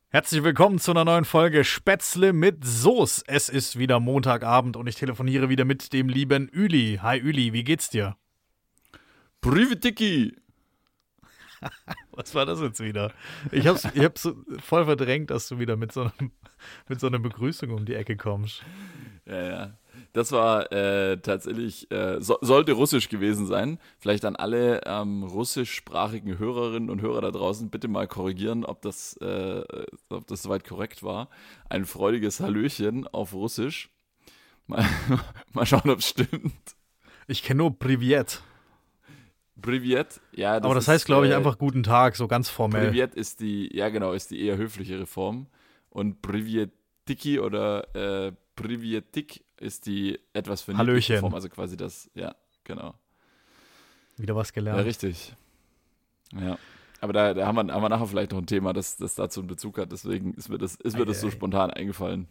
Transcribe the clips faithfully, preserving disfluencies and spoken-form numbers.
Herzlich willkommen zu einer neuen Folge Spätzle mit Soße. Es ist wieder Montagabend und ich telefoniere wieder mit dem lieben Üli. Hi Üli, wie geht's dir? Privetiki. Was war das jetzt wieder? Ich hab's, ich hab's so voll verdrängt, dass du wieder mit so, einem, mit so einer Begrüßung um die Ecke kommst. Ja, ja. Das war äh, tatsächlich, äh, so, sollte russisch gewesen sein. Vielleicht an alle ähm, russischsprachigen Hörerinnen und Hörer da draußen bitte mal korrigieren, ob das, äh, ob das soweit korrekt war. Ein freudiges Hallöchen auf Russisch. Mal, mal schauen, ob es stimmt. Ich kenne nur Privet. Privet, ja. Das Aber das ist, heißt, glaube ich, äh, einfach guten Tag, so ganz formell. Privet ist die, ja genau, ist die eher höflichere Form. Und Privetiki oder äh, Privetik ist die etwas verniedlichte Hallöchen. Form, also quasi das, ja, genau. Wieder was Ja, gelernt. richtig. Ja. Aber da, da haben, wir, haben wir nachher vielleicht noch ein Thema, das, das dazu einen Bezug hat, deswegen ist mir das, ist mir Ei, das so ei. spontan eingefallen.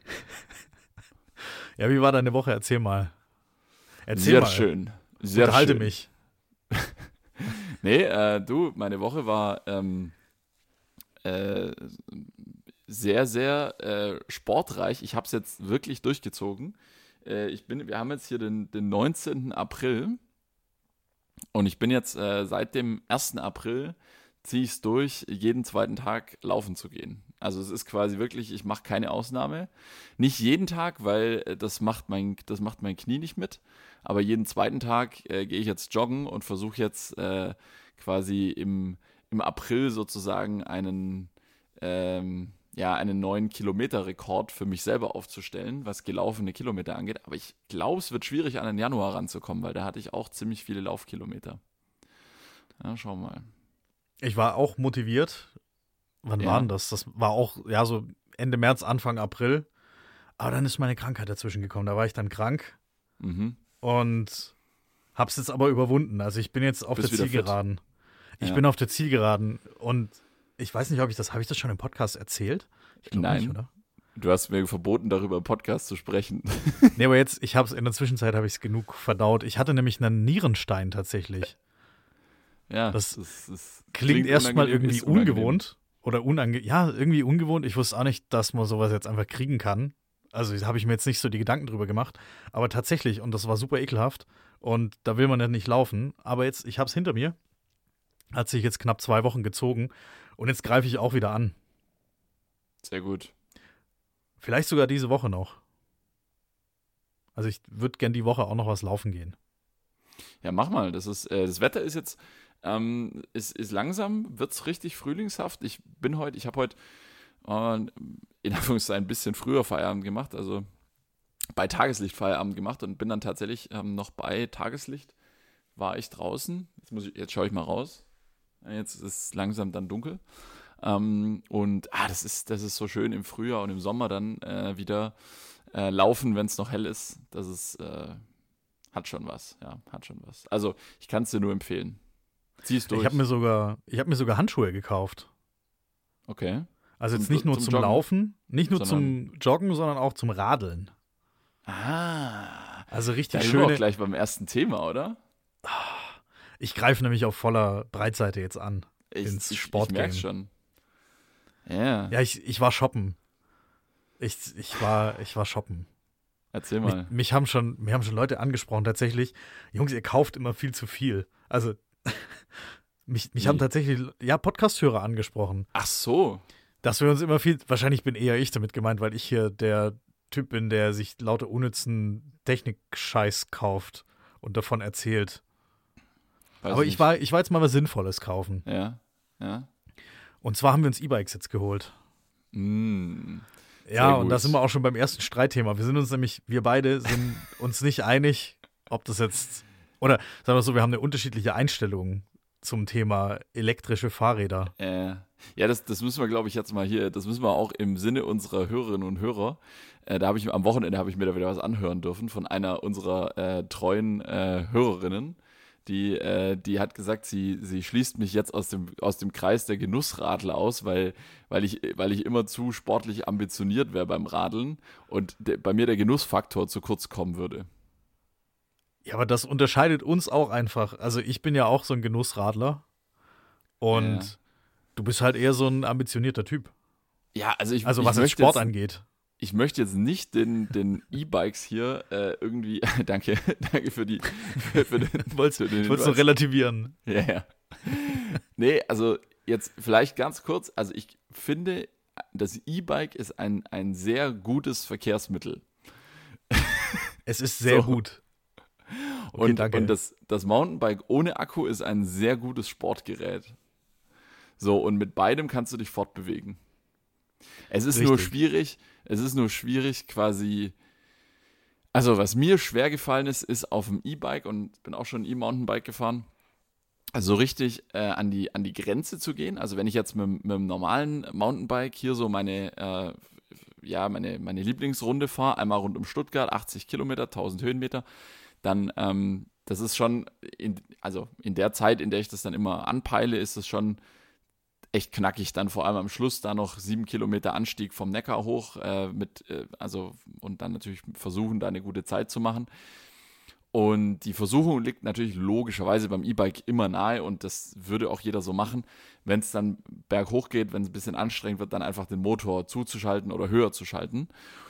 Ja, wie war deine Woche? Erzähl mal. Erzähl Sehr mal. schön. Sehr Unterhalte schön. mich. Nee, äh, du, meine Woche war ähm, äh, sehr, sehr äh, sportreich. Ich habe es jetzt wirklich durchgezogen. Äh, ich bin, wir haben jetzt hier den, den neunzehnten April und ich bin jetzt äh, seit dem ersten April ziehe ich es durch, jeden zweiten Tag laufen zu gehen. Also es ist quasi wirklich, ich mache keine Ausnahme. Nicht jeden Tag, weil äh, das macht mein, das macht mein Knie nicht mit. Aber jeden zweiten Tag äh, gehe ich jetzt joggen und versuche jetzt äh, quasi im, im April sozusagen einen, ähm, ja, einen neuen Kilometerrekord für mich selber aufzustellen, was gelaufene Kilometer angeht. Aber ich glaube, es wird schwierig, an den Januar ranzukommen, weil da hatte ich auch ziemlich viele Laufkilometer. Ja, schauen wir mal. Ich war auch motiviert. Wann Ja. war denn das? Das war auch, ja, so Ende März, Anfang April. Aber dann ist meine Krankheit dazwischen gekommen. Da war ich dann krank Mhm. und hab's jetzt aber überwunden. Also ich bin jetzt auf Bist der wieder fit. Zielgeraden. Ich Ja. bin auf der Zielgeraden und ich weiß nicht, ob ich das, habe ich das schon im Podcast erzählt? Ich glaube Nein. nicht, oder? Du hast mir verboten, darüber im Podcast zu sprechen. Nee, aber jetzt, ich habe es in der Zwischenzeit, habe ich es genug verdaut. Ich hatte nämlich einen Nierenstein tatsächlich. Ja, Das das, das Klingt erstmal unangenehm, irgendwie ist unangenehm. ungewohnt oder unange ja, irgendwie ungewohnt. Ich wusste auch nicht, dass man sowas jetzt einfach kriegen kann. Also da habe ich mir jetzt nicht so die Gedanken drüber gemacht. Aber tatsächlich, und das war super ekelhaft. Und da will man ja nicht laufen. Aber jetzt, ich habe es hinter mir. Hat sich jetzt knapp zwei Wochen gezogen. Und jetzt greife ich auch wieder an. Sehr gut. Vielleicht sogar diese Woche noch. Also ich würde gern die Woche auch noch was laufen gehen. Ja, mach mal. Das ist, äh, das Wetter ist jetzt, ähm, ist, ist langsam, wird's richtig frühlingshaft. Ich bin heute, ich habe heute äh, in Anführungszeichen ein bisschen früher Feierabend gemacht, also bei Tageslicht Feierabend gemacht und bin dann tatsächlich ähm, noch bei Tageslicht war ich draußen. Jetzt muss ich, jetzt schaue ich mal raus. Jetzt ist es langsam dann dunkel. Ähm, und ah, das ist, das ist so schön im Frühjahr und im Sommer dann äh, wieder äh, laufen, wenn es noch hell ist. Das ist, äh, hat schon was, ja, hat schon was. Also, ich kann es dir nur empfehlen. Zieh es durch. Ich habe mir sogar, ich habe mir sogar Handschuhe gekauft. Okay. Also jetzt Zum- nicht nur zum zum, Joggen? Laufen, nicht nur Sondern- zum Joggen, sondern auch zum Radeln. Ah. Also Da richtig sind wir auch schöne. gleich beim ersten Thema, oder? Ich greife nämlich auf voller Breitseite jetzt an. Ich, Ins ich, ich Sportgame. merk's schon. Ja, Ja, ich, ich war shoppen. Ich, ich, war, ich war shoppen. erzähl Mich, mal. mich haben schon, mir haben schon Leute angesprochen, tatsächlich, Jungs, ihr kauft immer viel zu viel. Also, mich, mich Wie? haben tatsächlich, ja, Podcast-Hörer angesprochen, Ach so. dass wir uns immer viel, wahrscheinlich bin eher ich damit gemeint, weil ich hier der Typ bin, der sich lauter unnützen Technik-Scheiß kauft und davon erzählt. Weiß Aber ich nicht. war, ich war jetzt mal was Sinnvolles kaufen. Ja, ja. Und zwar haben wir uns E-Bikes jetzt geholt. Mm. Ja, Sehr und da gut. sind wir auch schon beim ersten Streitthema. Wir sind uns nämlich, wir beide sind uns nicht einig, ob das jetzt, oder sagen wir so, wir haben eine unterschiedliche Einstellung zum Thema elektrische Fahrräder. Äh, ja, das, das müssen wir, glaube ich, jetzt mal hier, das müssen wir auch im Sinne unserer Hörerinnen und Hörer, äh, da habe ich am Wochenende habe ich mir da wieder was anhören dürfen von einer unserer äh, treuen äh, Hörerinnen, die, äh, die hat gesagt, sie, sie schließt mich jetzt aus dem, aus dem Kreis der Genussradler aus, weil, weil, ich, weil ich immer zu sportlich ambitioniert wäre beim Radeln und de, bei mir der Genussfaktor zu kurz kommen würde. Ja, aber das unterscheidet uns auch einfach. Also ich bin ja auch so ein Genussradler und Ja. du bist halt eher so ein ambitionierter Typ. Ja, also ich Also ich was den möchte Sport jetzt, angeht. ich möchte jetzt nicht den, den E-Bikes hier äh, irgendwie, danke, danke für die, für, für den, Wollt's- für den Ich wollte es nur Hinweis. relativieren. Ja, ja. Nee, also jetzt vielleicht ganz kurz, also ich finde, das E-Bike ist ein, ein sehr gutes Verkehrsmittel. Es ist sehr So. gut. Okay, und danke. und das, das Mountainbike ohne Akku ist ein sehr gutes Sportgerät. So, und mit beidem kannst du dich fortbewegen. Es ist nur Richtig. schwierig, es ist nur schwierig quasi, also was mir schwer gefallen ist, ist auf dem E-Bike und bin auch schon ein E-Mountainbike gefahren, also so richtig äh, an die, an die Grenze zu gehen. Also wenn ich jetzt mit, mit dem normalen Mountainbike hier so meine, äh, ja, meine, meine Lieblingsrunde fahre, einmal rund um Stuttgart, achtzig Kilometer, tausend Höhenmeter, dann, ähm, das ist schon, in, also in der Zeit, in der ich das dann immer anpeile, ist es schon echt knackig, dann vor allem am Schluss da noch sieben Kilometer Anstieg vom Neckar hoch, äh, mit, äh, also und dann natürlich versuchen, da eine gute Zeit zu machen. Und die Versuchung liegt natürlich logischerweise beim E-Bike immer nahe und das würde auch jeder so machen, wenn es dann berghoch geht, wenn es ein bisschen anstrengend wird, dann einfach den Motor zuzuschalten oder höher zu schalten.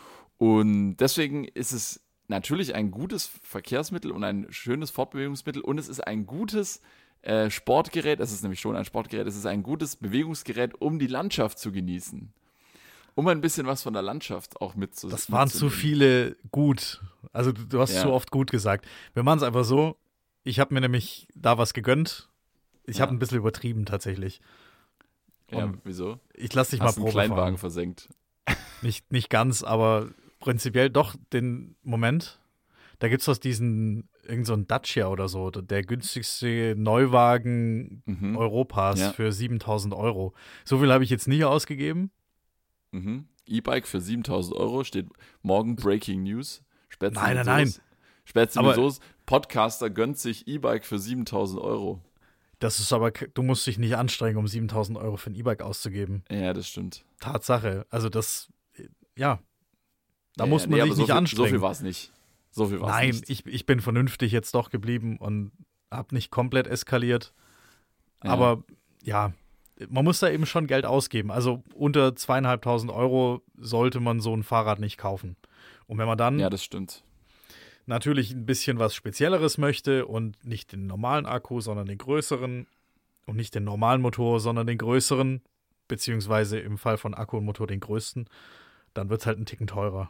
Und deswegen ist es natürlich ein gutes Verkehrsmittel und ein schönes Fortbewegungsmittel und es ist ein gutes äh, Sportgerät, es ist nämlich schon ein Sportgerät, es ist ein gutes Bewegungsgerät, um die Landschaft zu genießen. Um ein bisschen was von der Landschaft auch mitzu- Das waren zu mitzunehmen. viele gut. Also du, du hast Ja. zu oft gut gesagt. Wir machen es einfach so. Ich habe mir nämlich da was gegönnt. Ich Ja. habe ein bisschen übertrieben tatsächlich. Ja, Und wieso? ich lasse dich Hast mal einen Probe Kleinwagen fahren. versenkt. Nicht, nicht ganz, aber prinzipiell doch den Moment. Da gibt es aus diesen, irgend so ein Dacia oder so, der günstigste Neuwagen Mhm. Europas Ja. für siebentausend Euro. So viel habe ich jetzt nicht ausgegeben. Mhm. E-Bike für siebentausend Euro steht morgen Breaking News. Spätzle Nein, mit nein, Soße. Spätzle Aber- mit Soße. Podcaster gönnt sich E-Bike für siebentausend Euro. Das ist aber, du musst dich nicht anstrengen, um siebentausend Euro für ein E-Bike auszugeben. Ja, das stimmt. Tatsache. Also das, ja, da ja, muss ja, man nee, sich aber so nicht viel, anstrengen. So viel war es nicht. So viel war es Nein, nicht. ich, ich bin vernünftig jetzt doch geblieben und habe nicht komplett eskaliert. Ja. Aber ja, man muss da eben schon Geld ausgeben. Also unter zweieinhalbtausend Euro sollte man so ein Fahrrad nicht kaufen. Und wenn man dann Ja, das stimmt. natürlich ein bisschen was Spezielleres möchte und nicht den normalen Akku, sondern den größeren und nicht den normalen Motor, sondern den größeren, beziehungsweise im Fall von Akku und Motor den größten, dann wird es halt einen Ticken teurer.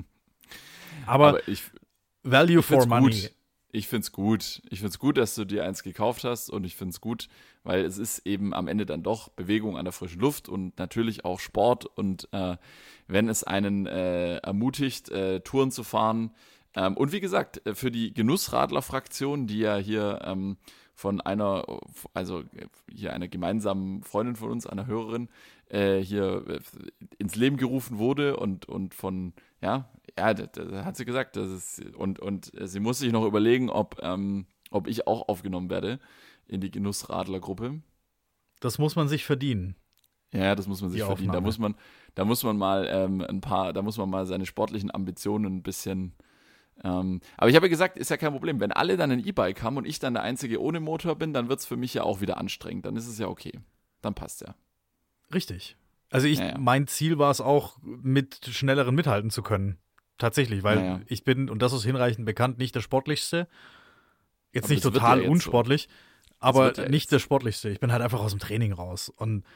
Aber, Aber ich, Value ich finde for es money. gut. Ich finde es gut. Ich finde es gut, dass du dir eins gekauft hast und ich finde es gut, weil es ist eben am Ende dann doch Bewegung an der frischen Luft und natürlich auch Sport und äh, wenn es einen äh, ermutigt, äh, Touren zu fahren ähm, und wie gesagt, für die Genussradler-Fraktion, die ja hier ähm, von einer, also hier einer gemeinsamen Freundin von uns, einer Hörerin, äh, hier äh, ins Leben gerufen wurde und, und von, ja, ja, da, da hat sie gesagt, das ist, und, und sie muss sich noch überlegen, ob, ähm, ob ich auch aufgenommen werde in die Genussradler-Gruppe. Das muss man sich verdienen. Ja, das muss man sich Die verdienen. Da Aufnahme. muss man, da muss man mal ähm, ein paar, da muss man mal seine sportlichen Ambitionen ein bisschen. Ähm, aber ich habe ja gesagt, ist ja kein Problem. Wenn alle dann ein E-Bike haben und ich dann der Einzige ohne Motor bin, dann wird es für mich ja auch wieder anstrengend. Dann ist es ja okay. Dann passt ja. Richtig. Also ich, Ja, ja. mein Ziel war es auch, mit schnelleren mithalten zu können. Tatsächlich, weil Ja, ja. ich bin, und das ist hinreichend bekannt, nicht der sportlichste. Jetzt Aber nicht das wird total ja jetzt so. unsportlich, aber wird ja nicht jetzt der sportlichste. Ich bin halt einfach aus dem Training raus. Und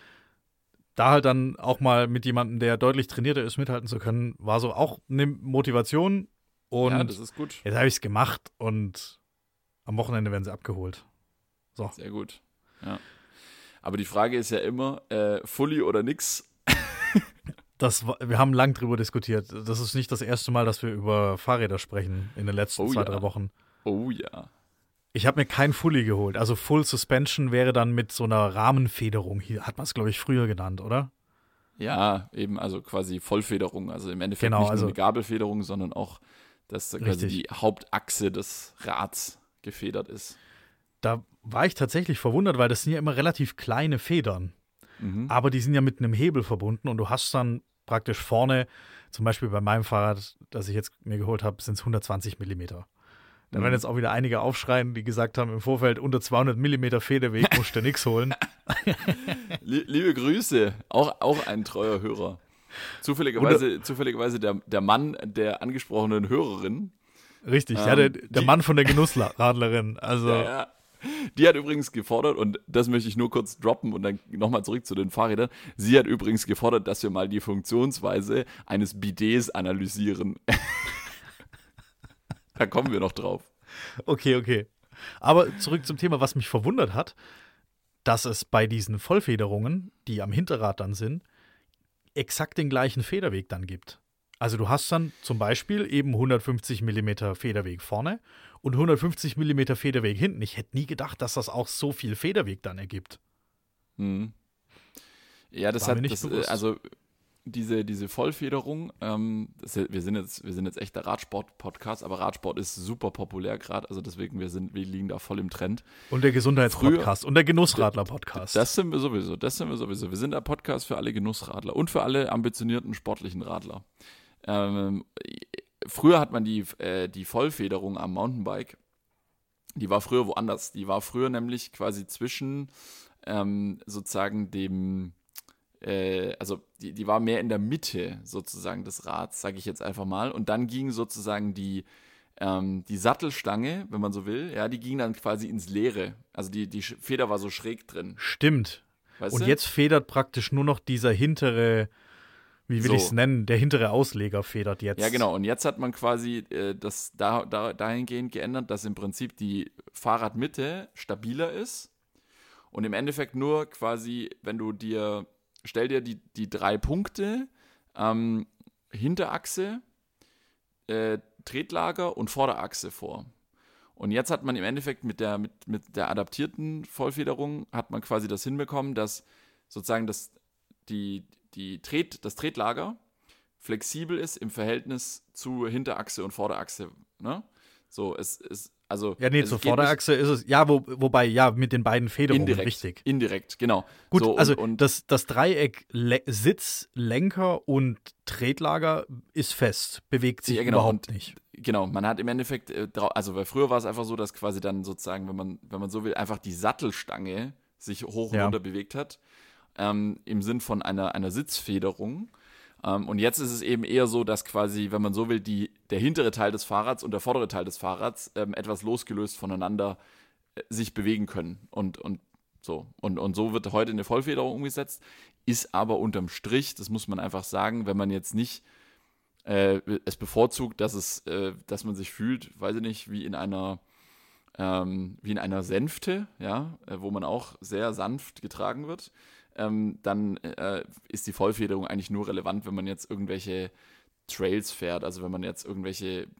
da halt dann auch mal mit jemandem, der deutlich trainierter ist, mithalten zu können, war so auch eine Motivation. Und Ja, das ist gut. jetzt habe ich es gemacht und am Wochenende werden sie abgeholt. So. Sehr gut. Ja. Aber die Frage ist ja immer, äh, Fully oder nix? Das, war- wir haben lang drüber diskutiert. Das ist nicht das erste Mal, dass wir über Fahrräder sprechen in den letzten Oh zwei, ja. drei Wochen. Oh ja. Ich habe mir kein Fully geholt. Also Full Suspension wäre dann mit so einer Rahmenfederung. Hier hat man es, glaube ich, früher genannt, oder? Ja, eben, also quasi Vollfederung. Also im Endeffekt Genau, nicht also- nur eine Gabelfederung, sondern auch, dass da quasi Richtig. die Hauptachse des Rads gefedert ist. Da war ich tatsächlich verwundert, weil das sind ja immer relativ kleine Federn. Mhm. Aber die sind ja mit einem Hebel verbunden und du hast dann praktisch vorne, zum Beispiel bei meinem Fahrrad, das ich jetzt mir geholt habe, sind es hundertzwanzig Millimeter. Da Mhm. werden jetzt auch wieder einige aufschreien, die gesagt haben, im Vorfeld unter zweihundert Millimeter Federweg musst du nichts holen. Lie- Liebe Grüße, auch, auch ein treuer Hörer. Zufälligerweise, Oder, zufälligerweise der, der Mann der angesprochenen Hörerin. Richtig, ähm, ja, der, der die, Mann von der Genussradlerin. Also. Ja, ja. Die hat übrigens gefordert, und das möchte ich nur kurz droppen und dann nochmal zurück zu den Fahrrädern. Sie hat übrigens gefordert, dass wir mal die Funktionsweise eines Bidets analysieren. Da kommen wir noch drauf. Okay, okay. Aber zurück zum Thema, was mich verwundert hat, dass es bei diesen Vollfederungen, die am Hinterrad dann sind, exakt den gleichen Federweg dann gibt. Also du hast dann zum Beispiel eben hundertfünfzig Millimeter Federweg vorne und hundertfünfzig Millimeter Federweg hinten. Ich hätte nie gedacht, dass das auch so viel Federweg dann ergibt. Hm. Ja, das War hat, das, also diese, diese Vollfederung, ähm, das, wir, sind jetzt, wir sind jetzt echt der Radsport-Podcast, aber Radsport ist super populär gerade, also deswegen, wir, sind, wir liegen da voll im Trend. Und der Gesundheitspodcast und der Genussradler-Podcast. Das sind wir sowieso, das sind wir sowieso. Wir sind der Podcast für alle Genussradler und für alle ambitionierten sportlichen Radler. Ähm, früher hat man die, äh, die Vollfederung am Mountainbike, die war früher woanders. Die war früher nämlich quasi zwischen ähm, sozusagen dem Äh, also die, die war mehr in der Mitte sozusagen des Rads, sage ich jetzt einfach mal. Und dann ging sozusagen die, ähm, die Sattelstange, wenn man so will, ja, die ging dann quasi ins Leere. Also die, die Feder war so schräg drin. Stimmt. Weißt Und du? jetzt federt praktisch nur noch dieser hintere, wie will So. ich es nennen, der hintere Ausleger federt jetzt. Ja, genau. Und jetzt hat man quasi äh, das da, da, dahingehend geändert, dass im Prinzip die Fahrradmitte stabiler ist. Und im Endeffekt nur quasi, wenn du dir Stell dir die, die drei Punkte, ähm, Hinterachse, äh, Tretlager und Vorderachse vor. Und jetzt hat man im Endeffekt mit der, mit, mit der adaptierten Vollfederung hat man quasi das hinbekommen, dass sozusagen das, die, die Tret, das Tretlager flexibel ist im Verhältnis zu Hinterachse und Vorderachse. Ne? So, es ist Also, ja, nee, also zur Vorderachse ist es, ja, wo, wobei, ja, mit den beiden Federungen, indirekt, richtig. Indirekt, genau. Gut, so, und, also und das, das Dreieck Le- Sitz, Lenker und Tretlager ist fest, bewegt sich ja, genau, überhaupt und, nicht. Genau, man hat im Endeffekt, äh, also weil früher war es einfach so, dass quasi dann sozusagen, wenn man, wenn man so will, einfach die Sattelstange sich hoch und Ja. runter bewegt hat, ähm, im Sinn von einer, einer Sitzfederung. Um, und jetzt ist es eben eher so, dass quasi, wenn man so will, die, der hintere Teil des Fahrrads und der vordere Teil des Fahrrads ähm, etwas losgelöst voneinander äh, sich bewegen können. Und, und so. Und, und so wird heute eine Vollfederung umgesetzt, ist aber unterm Strich, das muss man einfach sagen, wenn man jetzt nicht äh, es bevorzugt, dass es, äh, dass man sich fühlt, weiß ich nicht, wie in einer ähm, wie in einer Sänfte, ja, äh, wo man auch sehr sanft getragen wird. Ähm, dann äh, ist die Vollfederung eigentlich nur relevant, wenn man jetzt irgendwelche Trails fährt, also wenn man jetzt irgendwelche,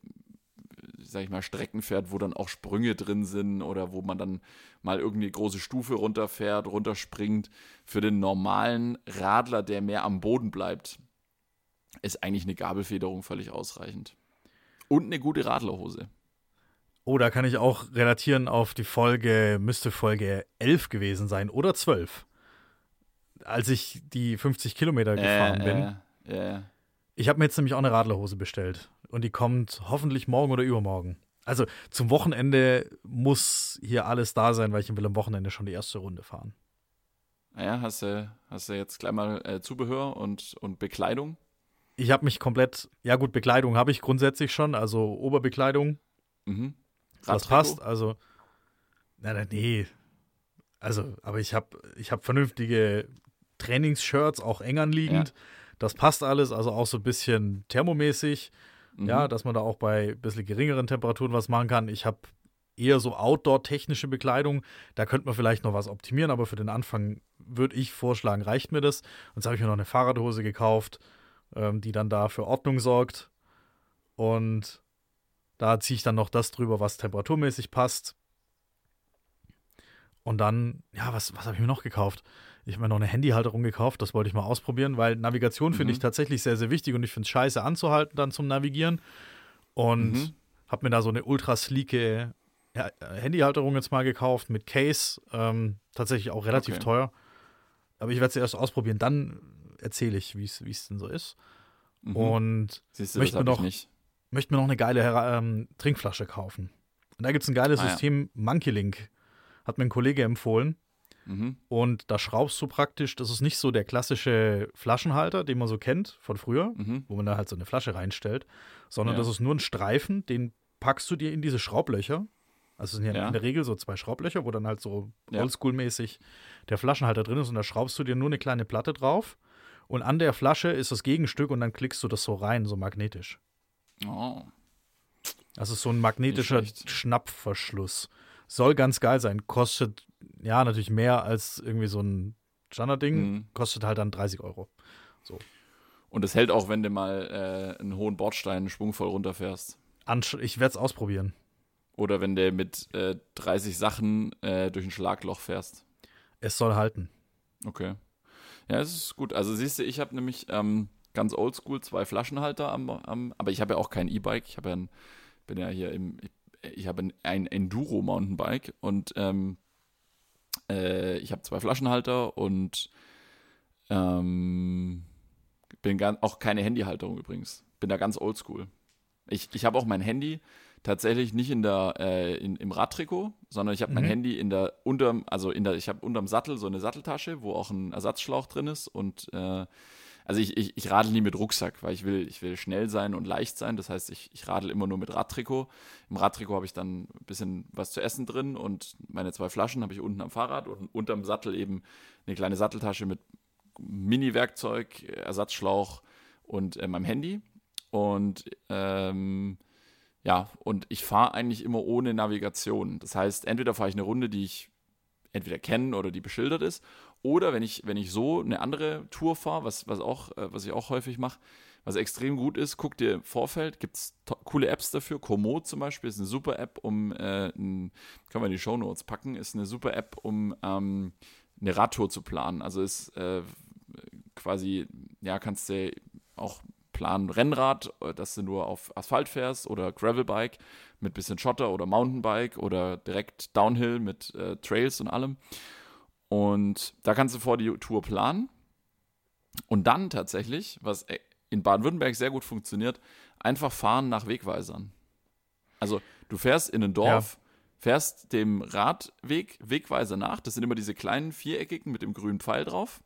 sag ich mal, Strecken fährt, wo dann auch Sprünge drin sind oder wo man dann mal irgendeine große Stufe runterfährt, runterspringt. Für den normalen Radler, der mehr am Boden bleibt, ist eigentlich eine Gabelfederung völlig ausreichend. Und eine gute Radlerhose. Oh, da kann ich auch relatieren auf die Folge, müsste Folge elf gewesen sein oder zwölf. Als ich die fünfzig Kilometer gefahren äh, bin. Äh, äh. Ich habe mir jetzt nämlich auch eine Radlerhose bestellt. Und die kommt hoffentlich morgen oder übermorgen. Also zum Wochenende muss hier alles da sein, weil ich will am Wochenende schon die erste Runde fahren. Ja, hast du, hast du jetzt gleich mal äh, Zubehör und, und Bekleidung? Ich habe mich komplett, ja gut, Bekleidung habe ich grundsätzlich schon, also Oberbekleidung. Mhm. Das passt, also, na, na, nee. Also, aber ich habe ich hab vernünftige Trainingsshirts, auch eng anliegend. Ja. Das passt alles, also auch so ein bisschen thermomäßig. Mhm. Ja, dass man da auch bei ein bisschen geringeren Temperaturen was machen kann. Ich habe eher so Outdoor-technische Bekleidung. Da könnte man vielleicht noch was optimieren, aber für den Anfang würde ich vorschlagen, reicht mir das. Und jetzt habe ich mir noch eine Fahrradhose gekauft, ähm, die dann da für Ordnung sorgt. Und da ziehe ich dann noch das drüber, was temperaturmäßig passt. Und dann, ja, was, was habe ich mir noch gekauft? Ich habe mir noch eine Handyhalterung gekauft, das wollte ich mal ausprobieren, weil Navigation mhm. finde ich tatsächlich sehr, sehr wichtig und ich finde es scheiße anzuhalten dann zum Navigieren. Und mhm. habe mir da so eine ultra sleeke ja, Handyhalterung jetzt mal gekauft mit Case. Ähm, tatsächlich auch relativ okay. teuer. Aber ich werde sie erst ausprobieren, dann erzähle ich, wie es denn so ist. Mhm. Und Siehst du, möchte, mir noch, nicht. möchte mir noch eine geile ähm, Trinkflasche kaufen. Und da gibt es ein geiles ah, System, ja. Monkey Link. Hat mir ein Kollege empfohlen. Mhm. Und da schraubst du praktisch, das ist nicht so der klassische Flaschenhalter, den man so kennt von früher, Mhm. wo man da halt so eine Flasche reinstellt, sondern Ja. das ist nur ein Streifen, den packst du dir in diese Schraublöcher. Also es sind ja, Ja. in der Regel so zwei Schraublöcher, wo dann halt so Ja. oldschool-mäßig der Flaschenhalter drin ist und da schraubst du dir nur eine kleine Platte drauf und an der Flasche ist das Gegenstück und dann klickst du das so rein, so magnetisch. Oh. Das ist so ein magnetischer Nicht schlecht. Schnappverschluss. Soll ganz geil sein. Kostet, ja, natürlich mehr als irgendwie so ein Standardding. Mhm. Kostet halt dann dreißig Euro. Und es hält auch, wenn du mal äh, einen hohen Bordstein schwungvoll runterfährst. Ansch- Ich werde es ausprobieren. Oder wenn du mit äh, dreißig Sachen äh, durch ein Schlagloch fährst. Es soll halten. Okay. Ja, es ist gut. Also siehst du, ich habe nämlich ähm, ganz oldschool zwei Flaschenhalter am, am aber ich habe ja auch kein E-Bike. Ich habe ja ein, bin ja hier im, ich, ich habe ein, ein Enduro-Mountainbike und ähm, äh, ich habe zwei Flaschenhalter und ähm, bin ganz, auch keine Handyhalterung übrigens. Bin da ganz oldschool. Ich, ich habe auch mein Handy tatsächlich nicht in der, äh, in, im Radtrikot, sondern ich habe mein Mhm. Handy in der, unterm, also in der, ich habe unterm Sattel so eine Satteltasche, wo auch ein Ersatzschlauch drin ist und äh, also ich, ich, ich radel nie mit Rucksack, weil ich will, ich will schnell sein und leicht sein. Das heißt, ich, ich radel immer nur mit Radtrikot. Im Radtrikot habe ich dann ein bisschen was zu essen drin und meine zwei Flaschen habe ich unten am Fahrrad und unterm Sattel eben eine kleine Satteltasche mit Mini-Werkzeug, Ersatzschlauch und äh, meinem Handy. Und ähm, ja, und ich fahre eigentlich immer ohne Navigation. Das heißt, entweder fahre ich eine Runde, die ich entweder kenne oder die beschildert ist, oder wenn ich, wenn ich so eine andere Tour fahre, was, was, auch, äh, was ich auch häufig mache, was extrem gut ist, guck dir im Vorfeld, gibt es coole Apps dafür. Komoot zum Beispiel ist eine super App, um, äh, ein, können wir in die Shownotes packen, ist eine super App, um ähm, eine Radtour zu planen. Also ist äh, quasi, ja, kannst du auch planen Rennrad, dass du nur auf Asphalt fährst oder Gravelbike mit bisschen Schotter oder Mountainbike oder direkt Downhill mit äh, Trails und allem. Und da kannst du vor die Tour planen und dann tatsächlich, was in Baden-Württemberg sehr gut funktioniert, einfach fahren nach Wegweisern. Also du fährst in ein Dorf, ja. fährst dem Radweg, Wegweiser nach, das sind immer diese kleinen viereckigen mit dem grünen Pfeil drauf.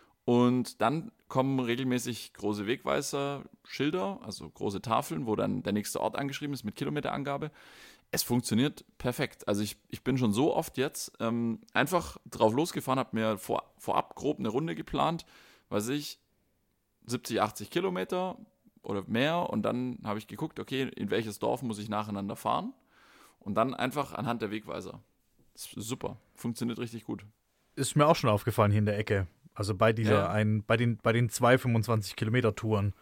Und dann kommen regelmäßig große Wegweiser, Schilder, also große Tafeln, wo dann der nächste Ort angeschrieben ist mit Kilometerangabe. Es funktioniert perfekt. Also ich, ich bin schon so oft jetzt ähm, einfach drauf losgefahren, habe mir vor, vorab grob eine Runde geplant, weiß ich, siebzig, achtzig Kilometer oder mehr. Und dann habe ich geguckt, okay, in welches Dorf muss ich nacheinander fahren. Und dann einfach anhand der Wegweiser. Das ist super, funktioniert richtig gut. Ist mir auch schon aufgefallen hier in der Ecke. Also bei dieser Ja. ein, bei den, bei den zwei fünfundzwanzig Kilometer Touren.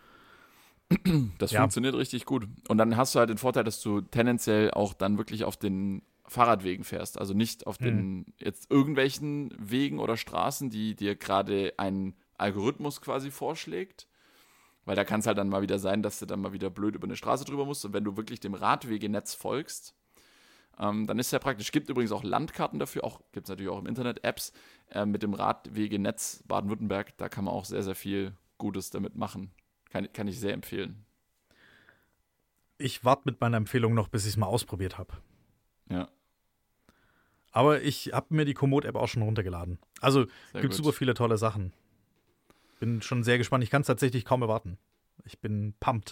Das Ja. funktioniert richtig gut. Und dann hast du halt den Vorteil, dass du tendenziell auch dann wirklich auf den Fahrradwegen fährst. Also nicht auf den jetzt irgendwelchen Wegen oder Straßen, die dir gerade ein Algorithmus quasi vorschlägt. Weil da kann es halt dann mal wieder sein, dass du dann mal wieder blöd über eine Straße drüber musst. Und wenn du wirklich dem Radwegenetz folgst, ähm, dann ist es ja praktisch. Es gibt übrigens auch Landkarten dafür, auch gibt es natürlich auch im Internet Apps äh, mit dem Radwegenetz Baden-Württemberg. Da kann man auch sehr, sehr viel Gutes damit machen. Kann, kann ich sehr empfehlen. Ich warte mit meiner Empfehlung noch, bis ich es mal ausprobiert habe. Ja. Aber ich habe mir die Komoot-App auch schon runtergeladen. Also Sehr gibt gut. super viele tolle Sachen. Bin schon sehr gespannt. Ich kann es tatsächlich kaum erwarten. Ich bin pumped.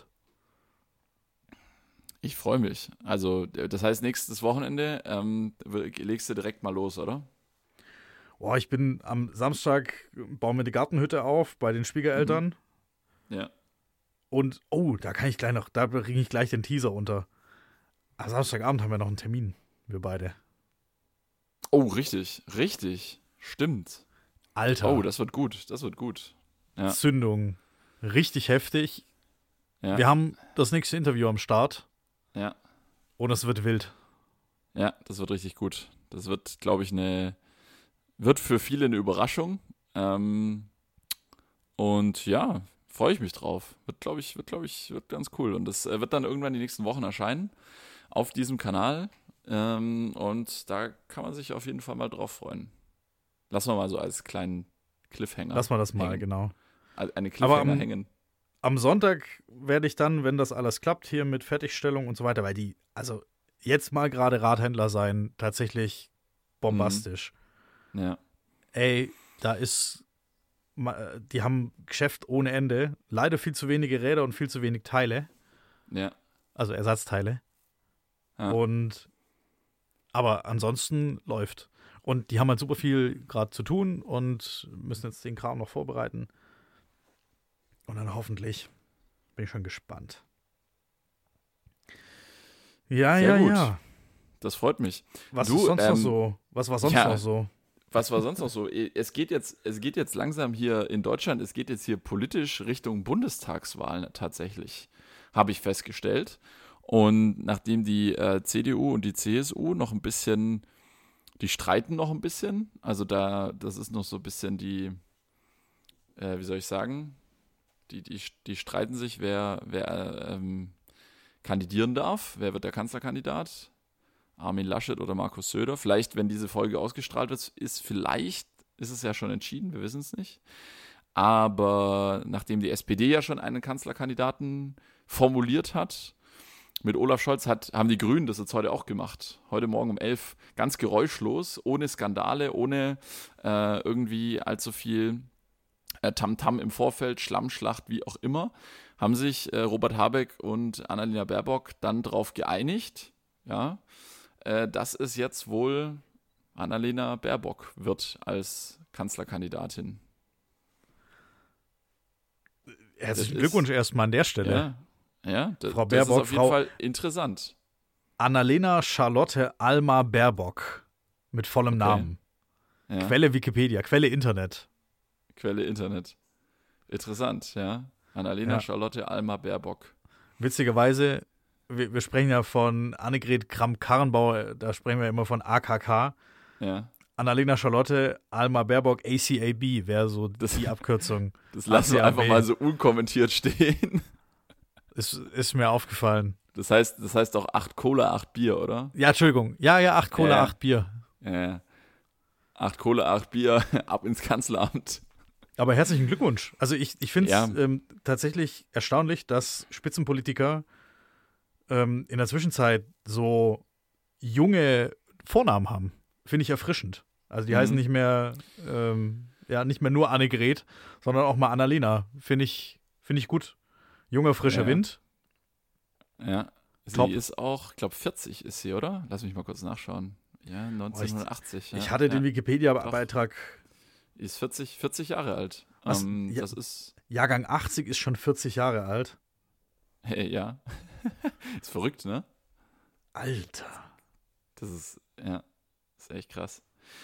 Ich freue mich. Also, das heißt, nächstes Wochenende ähm, legst du direkt mal los, oder? Boah, ich bin am Samstag, bauen wir die Gartenhütte auf bei den Schwiegereltern. Ja. Und, oh, da kann ich gleich noch, da bringe ich gleich den Teaser unter. Am Samstagabend haben wir noch einen Termin, wir beide. Oh, richtig, richtig. Stimmt. Alter. Oh, das wird gut, das wird gut. Ja. Zündung. Richtig heftig. Ja. Wir haben das nächste Interview am Start. Ja. Und es wird wild. Ja, das wird richtig gut. Das wird, glaube ich, eine, wird für viele eine Überraschung. Ähm, und ja, freue ich mich drauf. Wird, glaube ich, wird, glaube ich, wird ganz cool. Und das äh, wird dann irgendwann die nächsten Wochen erscheinen auf diesem Kanal. Ähm, und da kann man sich auf jeden Fall mal drauf freuen. Lassen wir mal so als kleinen Cliffhanger. Lass mal das mal, hängen. genau. Als eine Cliffhanger Aber am, hängen. Am Sonntag werde ich dann, wenn das alles klappt, hier mit Fertigstellung und so weiter, weil die, also jetzt mal gerade Radhändler sein, tatsächlich bombastisch. Ja. Ey, da ist, ma- die haben Geschäft ohne Ende. Leider viel zu wenige Räder und viel zu wenig Teile. Ja. Also Ersatzteile. Ja. Und, aber ansonsten läuft. Und die haben halt super viel gerade zu tun und müssen jetzt den Kram noch vorbereiten. Und dann hoffentlich bin ich schon gespannt. Ja, Sehr ja, gut. ja. Das freut mich. Was Du, ist sonst ähm, noch so? Was war sonst ja. noch so? Was war sonst noch so? Es geht jetzt, es geht jetzt langsam hier in Deutschland, es geht jetzt hier politisch Richtung Bundestagswahlen tatsächlich, habe ich festgestellt. Und nachdem die äh, C D U und die C S U noch ein bisschen, die streiten noch ein bisschen, also da, das ist noch so ein bisschen die, äh, wie soll ich sagen, die, die, die streiten sich, wer, wer ähm, kandidieren darf, wer wird der Kanzlerkandidat. Armin Laschet oder Markus Söder. Vielleicht, wenn diese Folge ausgestrahlt wird, ist vielleicht, ist es ja schon entschieden, wir wissen es nicht. Aber nachdem die S P D ja schon einen Kanzlerkandidaten formuliert hat, mit Olaf Scholz hat, haben die Grünen das jetzt heute auch gemacht. Heute Morgen um elf, ganz geräuschlos, ohne Skandale, ohne äh, irgendwie allzu viel äh, Tamtam im Vorfeld, Schlammschlacht, wie auch immer, haben sich äh, Robert Habeck und Annalena Baerbock dann darauf geeinigt, ja, dass es jetzt wohl Annalena Baerbock wird als Kanzlerkandidatin. Herzlichen Glückwunsch erstmal an der Stelle. Ja, ja das, Frau das Baerbock, ist auf jeden Frau Fall interessant. Annalena Charlotte Alma Baerbock mit vollem Okay. Namen. Ja. Quelle Wikipedia, Quelle Internet. Quelle Internet. Interessant, ja. Annalena Ja. Charlotte Alma Baerbock. Witzigerweise, wir, wir sprechen ja von Annegret Kramp-Karrenbauer, da sprechen wir immer von A K K. Ja. Annalena Charlotte Alma Baerbock, A C A B wäre so Das- die Abkürzung. Das lassen wir A C A B. einfach mal so unkommentiert stehen. Ist, ist mir aufgefallen. Das heißt, das heißt doch acht Cola, acht Bier, oder? Ja, Entschuldigung. Ja, ja, acht Cola, Ja. acht Bier. Ja. acht Cola, acht Bier, ab ins Kanzleramt. Aber herzlichen Glückwunsch. Also ich, ich finde es Ja. ähm, tatsächlich erstaunlich, dass Spitzenpolitiker ähm, in der Zwischenzeit so junge Vornamen haben. Finde ich erfrischend. Also die Mhm. heißen nicht mehr, ähm, ja, nicht mehr nur Annegret, sondern auch mal Annalena. Finde ich, finde ich gut. Junger, frischer Ja. Wind. Ja, sie Top. ist auch, ich glaube vierzig ist sie, oder? Lass mich mal kurz nachschauen. Ja, neunzehnhundertachtzig. ja. Ich hatte ja. den Wikipedia-Beitrag, Ist vierzig, vierzig Jahre alt. Was? Ähm, Ja. Das ist, Jahrgang achtzig ist schon vierzig Jahre alt. hey, ja. Ist verrückt, ne? Alter. Das ist, ja, ist echt krass.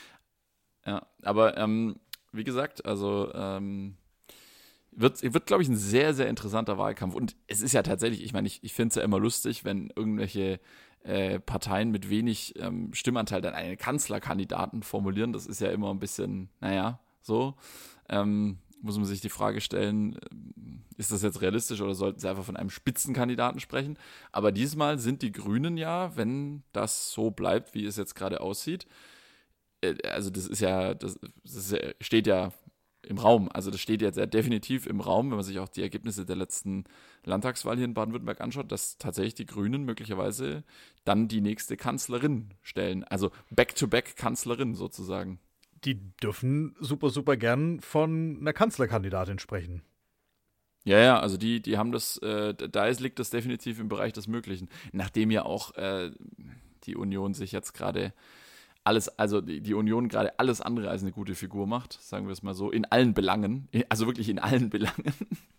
Ja, aber ähm, wie gesagt, also ähm, wird, wird glaube ich, ein sehr, sehr interessanter Wahlkampf. Und es ist ja tatsächlich, ich meine, ich, ich finde es ja immer lustig, wenn irgendwelche äh, Parteien mit wenig ähm, Stimmanteil dann einen Kanzlerkandidaten formulieren. Das ist ja immer ein bisschen, naja, so. Ähm, muss man sich die Frage stellen, ähm, ist das jetzt realistisch oder sollten sie einfach von einem Spitzenkandidaten sprechen? Aber diesmal sind die Grünen ja, wenn das so bleibt, wie es jetzt gerade aussieht, äh, also das ist ja, das, das ist ja, steht ja im Raum, also das steht jetzt ja definitiv im Raum, wenn man sich auch die Ergebnisse der letzten Landtagswahl hier in Baden-Württemberg anschaut, dass tatsächlich die Grünen möglicherweise dann die nächste Kanzlerin stellen, also Back-to-Back-Kanzlerin sozusagen. Die dürfen super, super gern von einer Kanzlerkandidatin sprechen. Ja, ja, also die, die haben das, äh, da ist, liegt das definitiv im Bereich des Möglichen. Nachdem ja auch äh, die Union sich jetzt gerade alles, also die, die Union gerade alles andere als eine gute Figur macht, sagen wir es mal so, in allen Belangen, also wirklich in allen Belangen.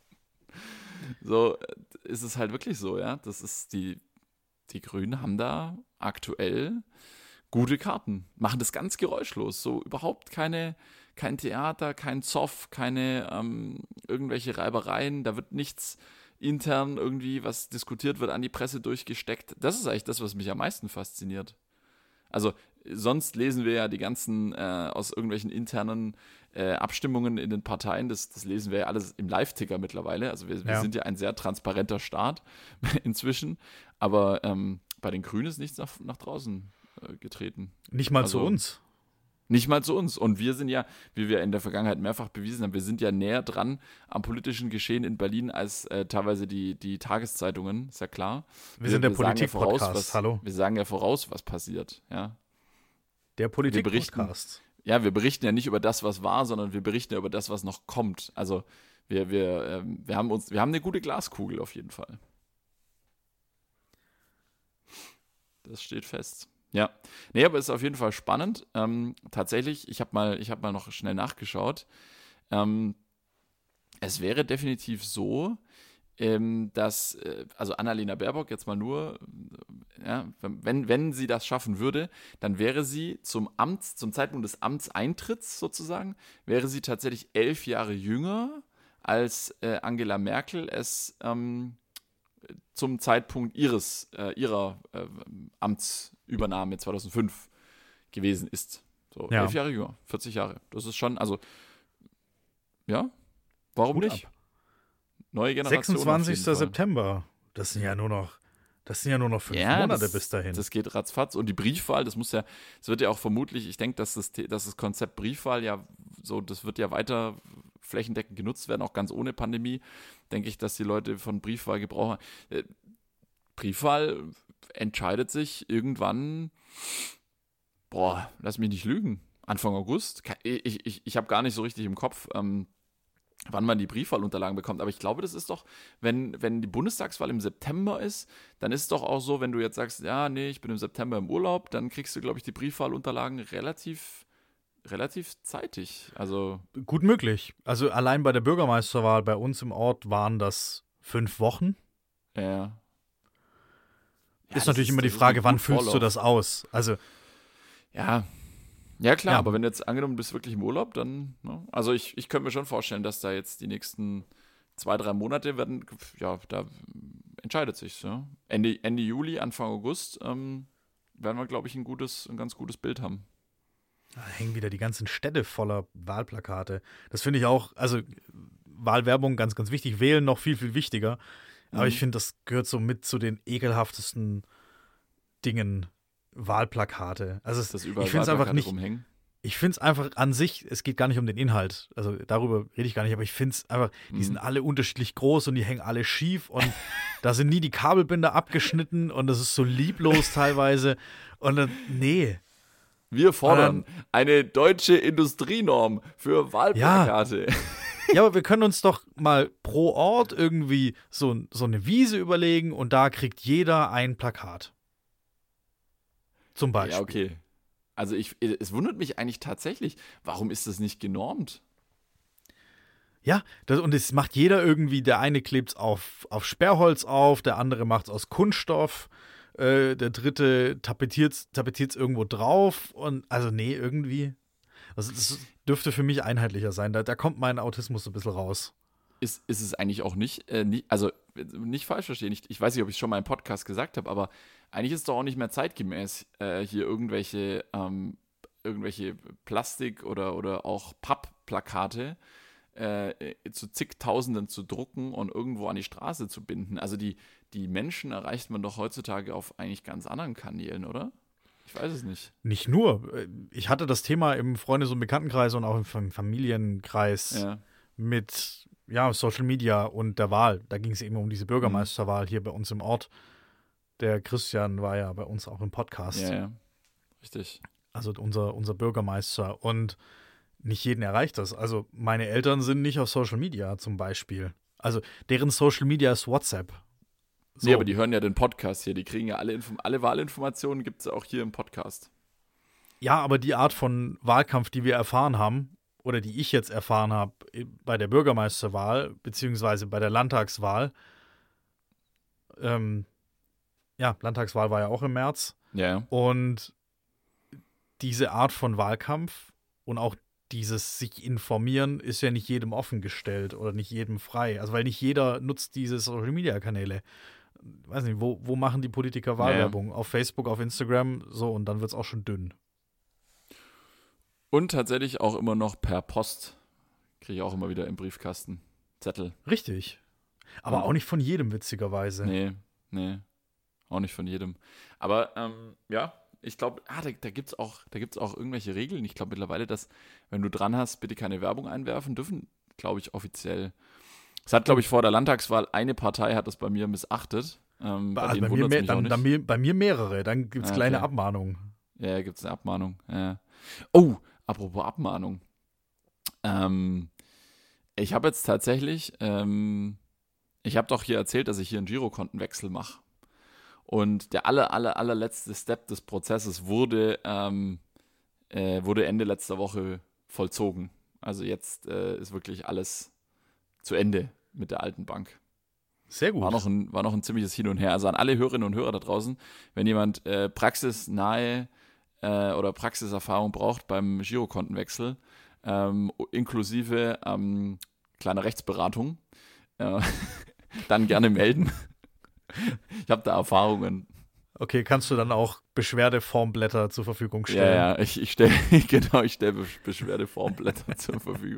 So äh, ist es halt wirklich so, ja. Das ist die, die Grünen haben da aktuell gute Karten, machen das ganz geräuschlos, so überhaupt keine, kein Theater, kein Zoff, keine ähm, irgendwelche Reibereien, da wird nichts intern irgendwie, was diskutiert wird, an die Presse durchgesteckt. Das ist eigentlich das, was mich am meisten fasziniert. Also sonst lesen wir ja die ganzen äh, aus irgendwelchen internen äh, Abstimmungen in den Parteien, das, das lesen wir ja alles im Live-Ticker mittlerweile, also wir, wir Ja. sind ja ein sehr transparenter Staat inzwischen, aber ähm, bei den Grünen ist nichts nach, nach draußen äh, getreten. Nicht mal Also- zu uns. Nicht mal zu uns. Und wir sind ja, wie wir in der Vergangenheit mehrfach bewiesen haben, wir sind ja näher dran am politischen Geschehen in Berlin als äh, teilweise die, die Tageszeitungen, ist ja klar. Wir sind der sagen ja voraus, Politik-Podcast, was- hallo. Wir sagen ja voraus, was passiert, ja. Der berichten- Politik-Podcast. ja, wir berichten ja nicht über das, was war, sondern wir berichten ja über das, was noch kommt. Also wir, wir, ähm, wir haben uns, wir haben eine gute Glaskugel auf jeden Fall. Das steht fest. Ja, nee, aber es ist auf jeden Fall spannend. Ähm, tatsächlich, ich habe mal, ich habe mal noch schnell nachgeschaut. Ähm, es wäre definitiv so, ähm, dass, äh, also Annalena Baerbock jetzt mal nur, äh, ja, wenn, wenn sie das schaffen würde, dann wäre sie zum Amts, zum Zeitpunkt des Amtseintritts sozusagen, wäre sie tatsächlich elf Jahre jünger, als äh, Angela Merkel es ähm, zum Zeitpunkt ihres, äh, ihrer äh, Amtsübernahme zweitausendfünf gewesen ist. So, Ja. elf Jahre jünger, vierzig Jahre. Das ist schon, also, ja, warum Hut nicht? ab. Neue Generation. sechsundzwanzigster September. Das sind ja nur noch, das sind ja nur noch fünf Ja, Monate das, bis dahin. Das geht ratzfatz. Und die Briefwahl, das muss ja, es wird ja auch vermutlich, ich denke, dass das, dass das Konzept Briefwahl ja so, das wird ja weiter flächendeckend genutzt werden, auch ganz ohne Pandemie. Denke ich, dass die Leute von Briefwahl Gebrauch haben. Äh, Briefwahl entscheidet sich irgendwann, boah, lass mich nicht lügen, Anfang August. Ich, ich, ich habe gar nicht so richtig im Kopf, ähm, wann man die Briefwahlunterlagen bekommt. Aber ich glaube, das ist doch, wenn, wenn die Bundestagswahl im September ist, dann ist es doch auch so, wenn du jetzt sagst, ja, nee, ich bin im September im Urlaub, dann kriegst du, glaube ich, die Briefwahlunterlagen relativ, relativ zeitig. Also Gut möglich. Also allein bei der Bürgermeisterwahl bei uns im Ort waren das fünf Wochen. ja. Ja, ist das natürlich immer die das Frage, ein wann gut füllst du Vorlauf. das aus? Also Ja, ja klar, Ja. aber wenn du jetzt angenommen, du bist wirklich im Urlaub, dann, ne? Also ich, ich könnte mir schon vorstellen, dass da jetzt die nächsten zwei, drei Monate werden, ja, da entscheidet sich, ja. Ende, Ende Juli, Anfang August ähm, werden wir, glaube ich, ein gutes, ein ganz gutes Bild haben. da hängen wieder die ganzen Städte voller Wahlplakate. Das finde ich auch, also Wahlwerbung ganz, ganz wichtig. Wählen noch viel, viel wichtiger. Aber Mhm. ich finde, das gehört so mit zu den ekelhaftesten Dingen, Wahlplakate. Also es, Dass überall ich finde es einfach Wahlplakate nicht, rumhängen. ich finde es einfach an sich, es geht gar nicht um den Inhalt. Also darüber rede ich gar nicht, aber ich finde es einfach, die Mhm. sind alle unterschiedlich groß und die hängen alle schief und da sind nie die Kabelbinder abgeschnitten und das ist so lieblos teilweise. Und dann, nee. Wir fordern eine deutsche Industrienorm für Wahlplakate. Ja, aber wir können uns doch mal pro Ort irgendwie so, so eine Wiese überlegen und da kriegt jeder ein Plakat. Zum Beispiel. Ja, okay. Also ich, es wundert mich eigentlich tatsächlich, warum ist das nicht genormt? Ja, das, und es macht jeder irgendwie, der eine klebt es auf, auf Sperrholz auf, der andere macht es aus Kunststoff, äh, der dritte tapetiert es irgendwo drauf und also nee, irgendwie. Also das dürfte für mich einheitlicher sein. Da, da kommt mein Autismus so ein bisschen raus. Ist, ist es eigentlich auch nicht, äh, nie, also nicht falsch verstehen, ich, ich weiß nicht, ob ich es schon mal im Podcast gesagt habe, aber eigentlich ist es doch auch nicht mehr zeitgemäß, äh, hier irgendwelche, ähm, irgendwelche Plastik- oder, oder auch Pappplakate äh, zu zigtausenden zu drucken und irgendwo an die Straße zu binden. Also die, die Menschen erreicht man doch heutzutage auf eigentlich ganz anderen Kanälen, oder? Ich weiß es nicht. Nicht nur. Ich hatte das Thema im Freundes- und Bekanntenkreis und auch im Familienkreis Ja. mit ja, Social Media und der Wahl. Da ging es eben um diese Bürgermeisterwahl hier bei uns im Ort. Der Christian war ja bei uns auch im Podcast. Ja, ja. Richtig. Also unser, unser Bürgermeister. Und nicht jeden erreicht das. Also meine Eltern sind nicht auf Social Media zum Beispiel. Also deren Social Media ist WhatsApp. So. Nee, aber die hören ja den Podcast hier. Die kriegen ja alle, Info- alle Wahlinformationen, gibt es auch hier im Podcast. Ja, aber die Art von Wahlkampf, die wir erfahren haben, oder die ich jetzt erfahren habe bei der Bürgermeisterwahl, beziehungsweise bei der Landtagswahl, ähm, ja, Landtagswahl war ja auch im März, Ja, und diese Art von Wahlkampf und auch dieses sich informieren ist ja nicht jedem offen gestellt oder nicht jedem frei. Also weil nicht jeder nutzt diese Social-Media-Kanäle. Weiß nicht, wo, wo machen die Politiker Wahlwerbung? Auf Facebook, auf Instagram, so, und dann wird es auch schon dünn. und tatsächlich auch immer noch per Post. Kriege ich auch immer wieder im Briefkasten. Zettel. Richtig. Aber Ja. auch nicht von jedem, witzigerweise. Nee, nee. Auch nicht von jedem. Aber ähm, ja, ich glaube, ah, da, da gibt es auch, da gibt's auch irgendwelche Regeln. Ich glaube mittlerweile, dass, wenn du dran hast, bitte keine Werbung einwerfen dürfen, glaube ich, offiziell. Es hat, glaube ich, vor der Landtagswahl eine Partei hat das bei mir missachtet. Ähm, bei Also denen bei, mir wundert's mehr, mich auch dann, nicht. dann mir, bei mir mehrere. Dann gibt es Ah, kleine okay. Abmahnungen. Ja, gibt es eine Abmahnung. Ja. Oh, apropos Abmahnung. Ähm, ich habe jetzt tatsächlich, ähm, ich habe doch hier erzählt, dass ich hier einen Girokontenwechsel mache. Und der aller, aller, allerletzte Step des Prozesses wurde, ähm, äh, wurde Ende letzter Woche vollzogen. Also jetzt äh, ist wirklich alles zu Ende mit der alten Bank. Sehr gut. War noch ein, war noch ein ziemliches Hin und Her. Also an alle Hörerinnen und Hörer da draußen, wenn jemand äh, praxisnahe äh, oder Praxiserfahrung braucht beim Girokontenwechsel, ähm, inklusive ähm, kleiner Rechtsberatung, äh, dann gerne melden. Ich habe da Erfahrungen. Okay, kannst du dann auch Beschwerdeformblätter zur Verfügung stellen? Ja, ja, ich, ich stelle, genau, ich stelle Beschwerdeformblätter zur Verfügung.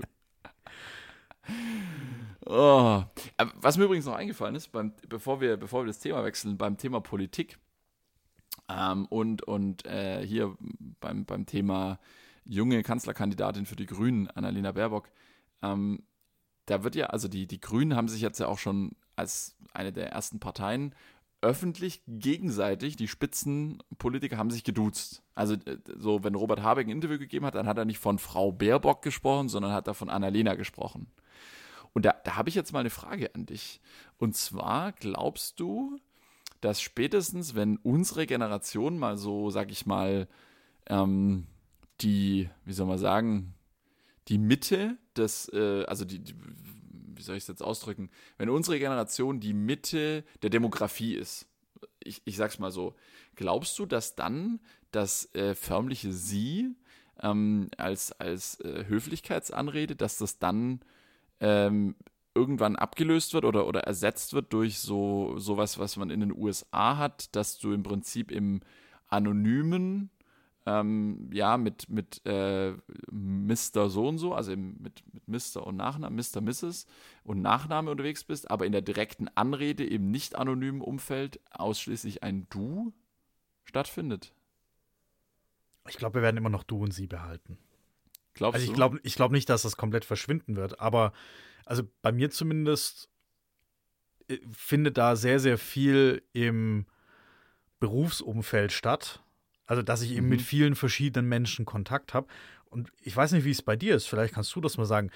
Oh. Was mir übrigens noch eingefallen ist, beim, bevor, wir, bevor wir das Thema wechseln, beim Thema Politik ähm, und, und äh, hier beim, beim Thema junge Kanzlerkandidatin für die Grünen, Annalena Baerbock, ähm, da wird ja, also die, die Grünen haben sich jetzt ja auch schon als eine der ersten Parteien öffentlich gegenseitig, die Spitzenpolitiker haben sich geduzt. Also so, wenn Robert Habeck ein Interview gegeben hat, dann hat er nicht von Frau Baerbock gesprochen, sondern hat er von Annalena gesprochen. Und da, da habe ich jetzt mal eine Frage an dich. Und zwar, glaubst du, dass spätestens, wenn unsere Generation mal so, sag ich mal, ähm, die, wie soll man sagen, die Mitte des, äh, also die, die, wie soll ich es jetzt ausdrücken, wenn unsere Generation die Mitte der Demografie ist, ich, ich sag's mal so, glaubst du, dass dann das äh, förmliche Sie ähm, als, als äh, Höflichkeitsanrede, dass das dann ähm, irgendwann abgelöst wird oder, oder ersetzt wird durch so sowas, was man in den U S A hat, dass du im Prinzip im anonymen Ähm, ja, mit, mit äh, Mister so und so, also im, mit, mit Mister und Nachname, Mister Misses und Nachname unterwegs bist, aber in der direkten Anrede im nicht anonymen Umfeld ausschließlich ein Du stattfindet. Ich glaube, wir werden immer noch du und sie behalten. Glaubst also ich du? glaube ich glaub nicht, dass das komplett verschwinden wird, aber also bei mir zumindest äh, findet da sehr, sehr viel im Berufsumfeld statt. Also, dass ich eben Mhm. mit vielen verschiedenen Menschen Kontakt habe. Und ich weiß nicht, wie es bei dir ist. Vielleicht kannst du das mal sagen.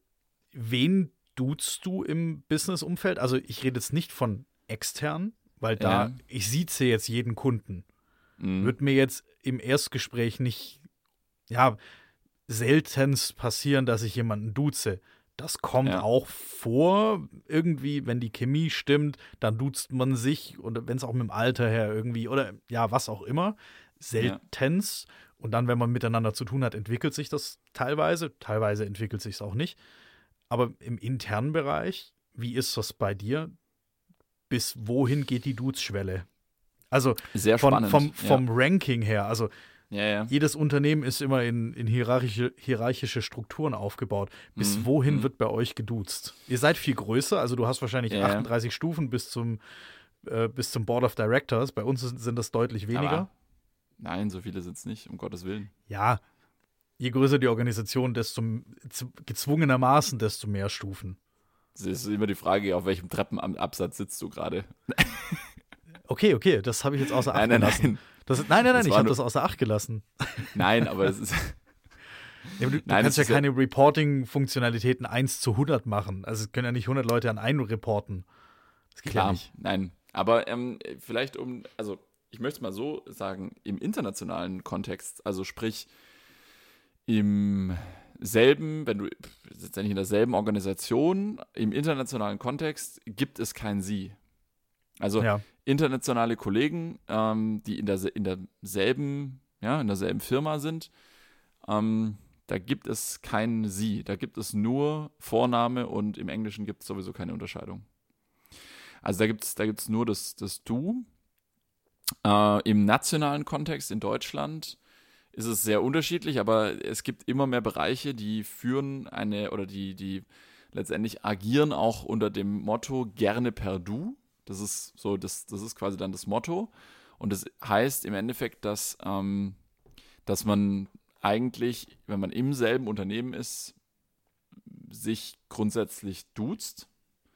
Wen duzt du im Business-Umfeld? Also, ich rede jetzt nicht von extern, weil da, Ja. ich sieze jetzt jeden Kunden. Mhm. Wird mir jetzt im Erstgespräch nicht, ja, seltenst passieren, dass ich jemanden duze. Das kommt Ja. auch vor, irgendwie, wenn die Chemie stimmt, dann duzt man sich und wenn es auch mit dem Alter her irgendwie oder ja, was auch immer, seltenst. Und dann, wenn man miteinander zu tun hat, entwickelt sich das teilweise, teilweise entwickelt sich es auch nicht. Aber im internen Bereich, wie ist das bei dir? Bis wohin geht die Dutzschwelle? Also Sehr von, spannend. vom, vom ja. Ranking her, also Ja, ja. jedes Unternehmen ist immer in, in hierarchische, hierarchische Strukturen aufgebaut. Bis Mhm. wohin Mhm. wird bei euch geduzt? Ihr seid viel größer, also du hast wahrscheinlich Ja, ja. achtunddreißig Stufen bis zum, äh, bis zum Board of Directors. Bei uns sind, sind das deutlich weniger. Aber nein, so viele sind es nicht, um Gottes Willen. Ja, je größer die Organisation, desto z- gezwungenermaßen, desto mehr Stufen. Es ist immer die Frage, auf welchem Treppenabsatz sitzt du gerade. Okay, okay, das habe ich jetzt außer Acht Nein, nein, gelassen. nein. Das, nein, nein, nein, Das ich war habe nur- das außer Acht gelassen. Nein, aber es ist. Ja, aber du, du Nein, kannst es ja ist ja- keine Reporting-Funktionalitäten eins zu hundert machen. Also es können ja nicht hundert Leute an einen reporten. Das geht ja Klar, nicht. nein. Aber ähm, vielleicht um, also ich möchte es mal so sagen, im internationalen Kontext, also sprich im selben, wenn du letztendlich in derselben Organisation, im internationalen Kontext gibt es kein Sie. Also Ja. internationale Kollegen, ähm, die in, der, in derselben, ja, in derselben Firma sind, ähm, da gibt es kein Sie. Da gibt es nur Vorname und im Englischen gibt es sowieso keine Unterscheidung. Also da gibt es da gibt's nur das, das Du. Äh, Im nationalen Kontext in Deutschland ist es sehr unterschiedlich, aber es gibt immer mehr Bereiche, die führen eine oder die, die letztendlich agieren auch unter dem Motto gerne per Du. Das ist so, das, das ist quasi dann das Motto. Und das heißt im Endeffekt, dass, ähm, dass man eigentlich, wenn man im selben Unternehmen ist, sich grundsätzlich duzt.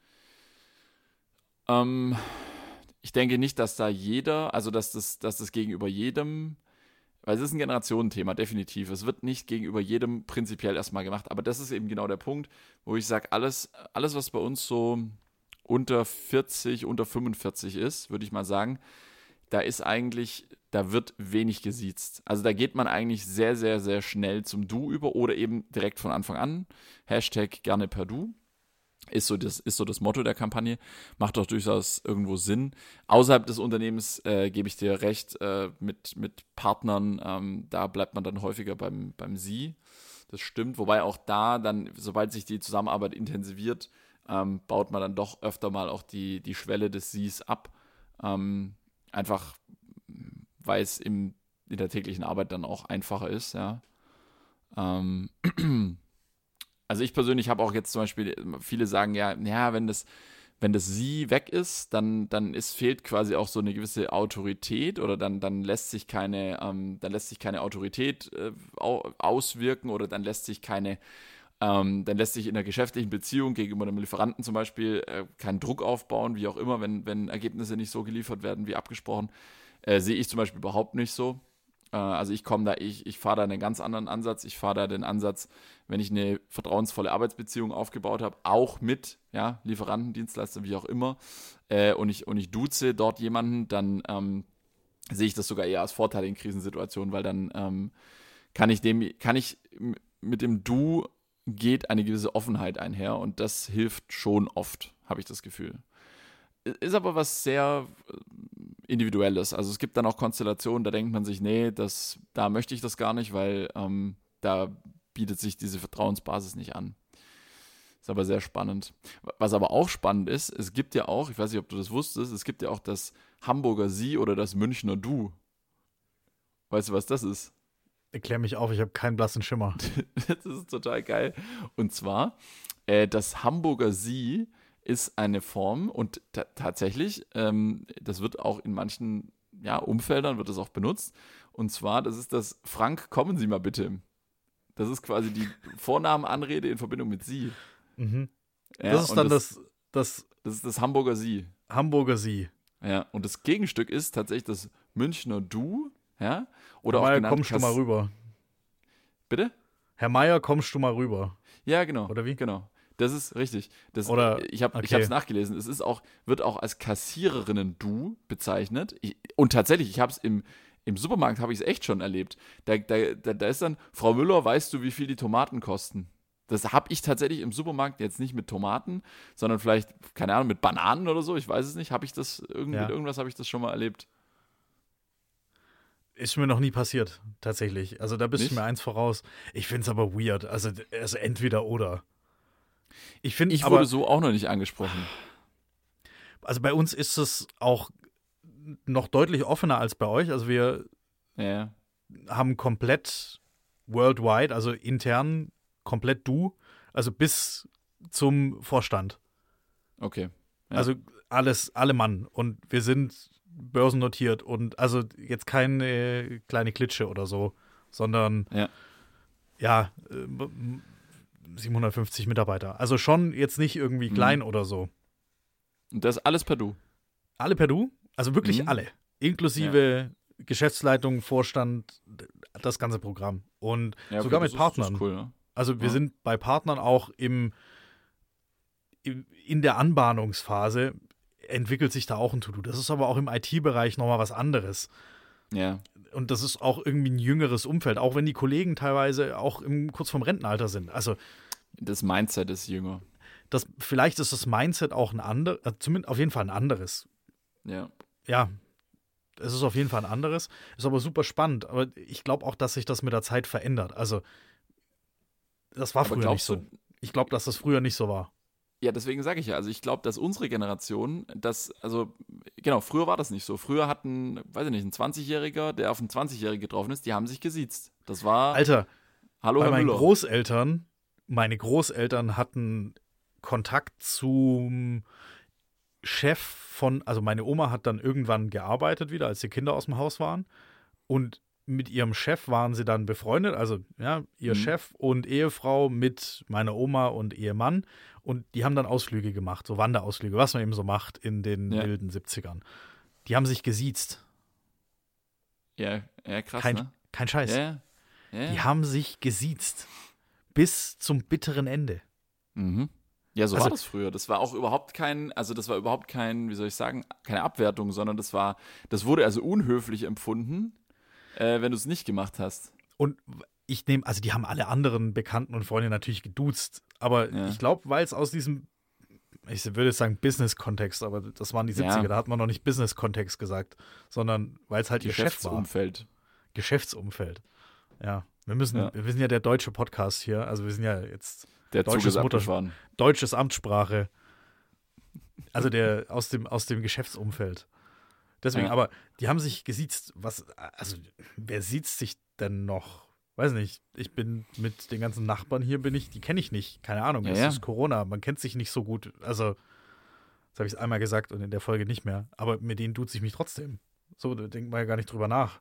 Ähm, ich denke nicht, dass da jeder, also dass das, dass das gegenüber jedem Weil es ist ein Generationenthema, definitiv. Es wird nicht gegenüber jedem prinzipiell erstmal gemacht, aber das ist eben genau der Punkt, wo ich sage, alles, alles, was bei uns so unter vierzig, unter fünfundvierzig ist, würde ich mal sagen, da ist eigentlich, da wird wenig gesiezt. Also da geht man eigentlich sehr, sehr, sehr schnell zum Du über oder eben direkt von Anfang an. Hashtag gerne per Du. Ist so, das, ist so das Motto der Kampagne. Macht doch durchaus irgendwo Sinn. Außerhalb des Unternehmens äh, gebe ich dir recht, äh, mit, mit Partnern, ähm, da bleibt man dann häufiger beim, beim Sie. Das stimmt. Wobei auch da dann, sobald sich die Zusammenarbeit intensiviert, ähm, baut man dann doch öfter mal auch die, die Schwelle des Sies ab. Ähm, einfach, weil es im, in der täglichen Arbeit dann auch einfacher ist, ja. Ähm, Also ich persönlich habe auch jetzt zum Beispiel, viele sagen ja, ja, wenn das, wenn das Sie weg ist, dann, dann ist, fehlt quasi auch so eine gewisse Autorität oder dann, dann lässt sich keine, ähm, dann lässt sich keine Autorität äh, auswirken oder dann lässt sich keine, ähm, dann lässt sich in der geschäftlichen Beziehung gegenüber einem Lieferanten zum Beispiel äh, keinen Druck aufbauen, wie auch immer, wenn, wenn Ergebnisse nicht so geliefert werden wie abgesprochen. Äh, sehe ich zum Beispiel überhaupt nicht so. Also ich komme da, ich, ich fahre da einen ganz anderen Ansatz. Ich fahre da den Ansatz, wenn ich eine vertrauensvolle Arbeitsbeziehung aufgebaut habe, auch mit ja, Lieferanten, Dienstleister, wie auch immer, äh, und, ich, und ich duze dort jemanden, dann ähm, sehe ich das sogar eher als Vorteil in Krisensituationen, weil dann ähm, kann ich dem, kann ich mit dem Du geht eine gewisse Offenheit einher und das hilft schon oft, habe ich das Gefühl. Ist aber was sehr Individuelles. Also es gibt dann auch Konstellationen, da denkt man sich, nee, das, da möchte ich das gar nicht, weil ähm, da bietet sich diese Vertrauensbasis nicht an. Ist aber sehr spannend. Was aber auch spannend ist, es gibt ja auch, ich weiß nicht, ob du das wusstest, es gibt ja auch das Hamburger Sie oder das Münchner Du. Weißt du, was das ist? Erklär mich auf, ich habe keinen blassen Schimmer. Das ist total geil. Und zwar, äh, das Hamburger Sie ist eine Form und t- tatsächlich, ähm, das wird auch in manchen ja, Umfeldern wird das auch benutzt. Und zwar, das ist das Frank, kommen Sie mal bitte. Das ist quasi die Vornamenanrede in Verbindung mit Sie. Mhm. Ja, das ist und dann das, das, das das ist das Hamburger Sie. Hamburger Sie. Ja, und das Gegenstück ist tatsächlich das Münchner Du. Ja, oder Herr auch Meier, genannt kommst du mal Kass- rüber. Bitte? Herr Meier, kommst du mal rüber. Ja, genau. Oder wie? Genau. Das ist richtig. Das, Oder- ich habe okay. es nachgelesen. Es ist auch, wird auch als Kassiererinnen-Du bezeichnet. Ich, und tatsächlich, ich habe es im, im Supermarkt habe ich es echt schon erlebt. Da, da, da, da ist dann, Frau Müller, weißt du, wie viel die Tomaten kosten? Das habe ich tatsächlich im Supermarkt jetzt nicht mit Tomaten, sondern vielleicht, keine Ahnung, mit Bananen oder so. Ich weiß es nicht. Habe ich das, irgendwie, Ja. mit irgendwas habe ich das schon mal erlebt. Ist mir noch nie passiert, tatsächlich. Also da bist Nicht? du mir eins voraus. Ich finde es aber weird. Also, also entweder oder. Ich finde Ich aber, wurde so auch noch nicht angesprochen. also bei uns ist es auch noch deutlich offener als bei euch. Also wir Ja, haben komplett worldwide, also intern komplett du, also bis zum Vorstand. okay. Ja. Also alles, alle Mann. Und wir sind börsennotiert und also jetzt keine kleine Klitsche oder so, sondern Ja. ja, äh, siebenhundertfünfzig Mitarbeiter. Also schon jetzt nicht irgendwie klein Mhm. oder so. Und das alles per Du. Alle per Du, also wirklich Mhm. alle. Inklusive Geschäftsleitung, Vorstand, das ganze Programm. Und Ja, okay, sogar das mit ist- das Partnern. ist cool, ne? Also wir Ja. sind bei Partnern auch im, im in der Anbahnungsphase entwickelt sich da auch ein To-Do. Das ist aber auch im I T-Bereich nochmal was anderes. Ja. Und das ist auch irgendwie ein jüngeres Umfeld, auch wenn die Kollegen teilweise auch im, kurz vorm Rentenalter sind. Also Das Mindset ist jünger. das, vielleicht ist das Mindset auch ein anderes, zumindest auf jeden Fall ein anderes. Ja. Ja, es ist auf jeden Fall ein anderes, ist aber super spannend. Aber ich glaube auch, dass sich das mit der Zeit verändert. Also das war Aber früher nicht glaubst du, so. Ich glaube, dass das früher nicht so war. ja, deswegen sage ich ja, also ich glaube, dass unsere Generation, das, also, genau, früher war das nicht so. Früher hatten, weiß ich nicht, ein zwanzigjähriger, der auf einen zwanzigjährigen getroffen ist, die haben sich gesiezt. Das war, Alter, hallo bei Herr meinen Müller. Großeltern, meine Großeltern hatten Kontakt zum Chef von, also meine Oma hat dann irgendwann gearbeitet wieder, als die Kinder aus dem Haus waren. Und mit ihrem Chef waren sie dann befreundet, also ja, ihr Mhm. Chef und Ehefrau mit meiner Oma und Ehemann. Und die haben dann Ausflüge gemacht, so Wanderausflüge, was man eben so macht in den Ja. wilden siebzigern. Die haben sich gesiezt. Ja, ja, krass, Kein, ne? Kein Scheiß. Ja, ja. ja. Die haben sich gesiezt. Bis zum bitteren Ende. Mhm. Ja, so Also- war das früher. Das war auch überhaupt kein, also das war überhaupt kein, wie soll ich sagen, keine Abwertung, sondern das war, das wurde also unhöflich empfunden, äh, wenn du es nicht gemacht hast. Und ich nehme, also die haben alle anderen Bekannten und Freunde natürlich geduzt. Aber Ja. ich glaube, weil es aus diesem, ich würde jetzt sagen Business-Kontext, aber das waren die siebziger, Ja. da hat man noch nicht Business-Kontext gesagt, sondern weil es halt ihr Chef war. Geschäftsumfeld. Geschäftsumfeld. Ja, wir müssen, Ja. wir sind ja der deutsche Podcast hier, also wir sind ja jetzt Der Zug Deutsches ist Mutter- abgefahren. deutsches Amtssprache. Also der aus dem, aus dem Geschäftsumfeld. Deswegen, Ja. aber die haben sich gesiezt. Was, also wer siezt sich denn noch? Weiß nicht. Ich bin mit den ganzen Nachbarn hier, bin ich, die kenne ich nicht. Keine Ahnung. Ja, es ja. ist Corona. Man kennt sich nicht so gut. Also, das habe ich einmal gesagt und in der Folge nicht mehr. Aber mit denen duze ich mich trotzdem. So, da denkt man ja gar nicht drüber nach.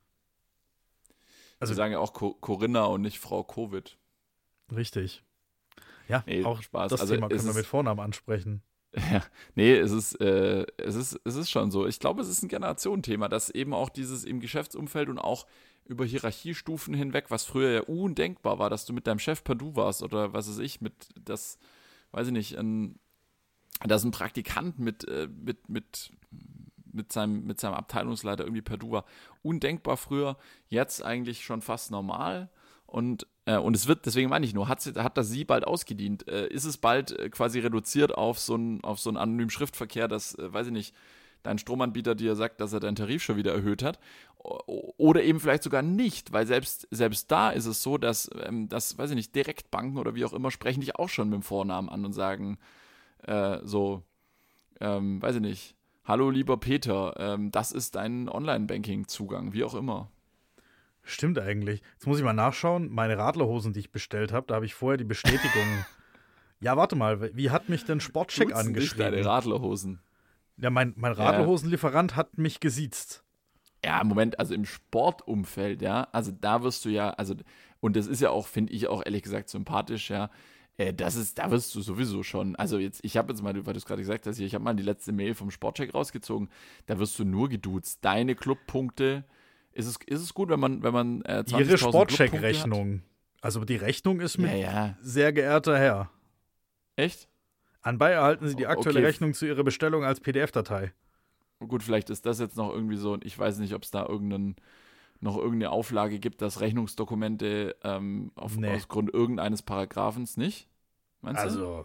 Also, Sie sagen ja auch Co- Corinna und nicht Frau Covid. Richtig. Ja, Nee, auch Spaß. das Also Thema können es wir ist- mit Vornamen ansprechen. Ja, nee, es ist, äh, es ist, es ist schon so. Ich glaube, es ist ein Generationenthema, dass eben auch dieses im Geschäftsumfeld und auch über Hierarchiestufen hinweg, was früher ja undenkbar war, dass du mit deinem Chef per Du warst oder was weiß ich, mit das, weiß ich nicht, ein, dass ein Praktikant mit, äh, mit, mit, mit, seinem, mit seinem Abteilungsleiter irgendwie per Du war. Undenkbar früher, jetzt eigentlich schon fast normal. Und, äh, und es wird, deswegen meine ich nur, hat, hat das Sie bald ausgedient? Äh, ist es bald äh, quasi reduziert auf so einen auf so einen anonymen Schriftverkehr, dass, äh, weiß ich nicht, dein Stromanbieter dir sagt, dass er deinen Tarif schon wieder erhöht hat? O- Oder eben vielleicht sogar nicht, weil selbst, selbst da ist es so, dass, ähm, dass, weiß ich nicht, Direktbanken oder wie auch immer sprechen dich auch schon mit dem Vornamen an und sagen, äh, so, ähm, weiß ich nicht, hallo lieber Peter, ähm, das ist dein Online-Banking-Zugang, wie auch immer. Stimmt eigentlich. Jetzt muss ich mal nachschauen. Meine Radlerhosen, die ich bestellt habe, da habe ich vorher die Bestätigung. Ja, warte mal. Wie hat mich denn Sportcheck Duzen dich angeschrieben? deine Radlerhosen. Ja, mein, mein Radlerhosenlieferant hat mich gesiezt. Ja, Moment, also im Sportumfeld, ja, also da wirst du ja, also, und das ist ja auch, finde ich auch ehrlich gesagt sympathisch, ja, äh, das ist, da wirst du sowieso schon, also jetzt, ich habe jetzt mal, weil du es gerade gesagt hast, hier, ich habe mal die letzte Mail vom Sportcheck rausgezogen, da wirst du nur geduzt, deine Clubpunkte, ist es, ist es gut, wenn man, wenn man äh, Ihre zwanzigtausend Clubpunkte hat? Sportcheck-Rechnung. Also die Rechnung ist mit Ja, ja, sehr geehrter Herr. echt? Anbei erhalten Sie die aktuelle Okay. Rechnung zu Ihrer Bestellung als P D F-Datei. Gut, vielleicht ist das jetzt noch irgendwie so, ich weiß nicht, ob es da irgendeinen, noch irgendeine Auflage gibt, dass Rechnungsdokumente ähm, auf, Nee. aus Grund irgendeines Paragraphens nicht, meinst du? Also,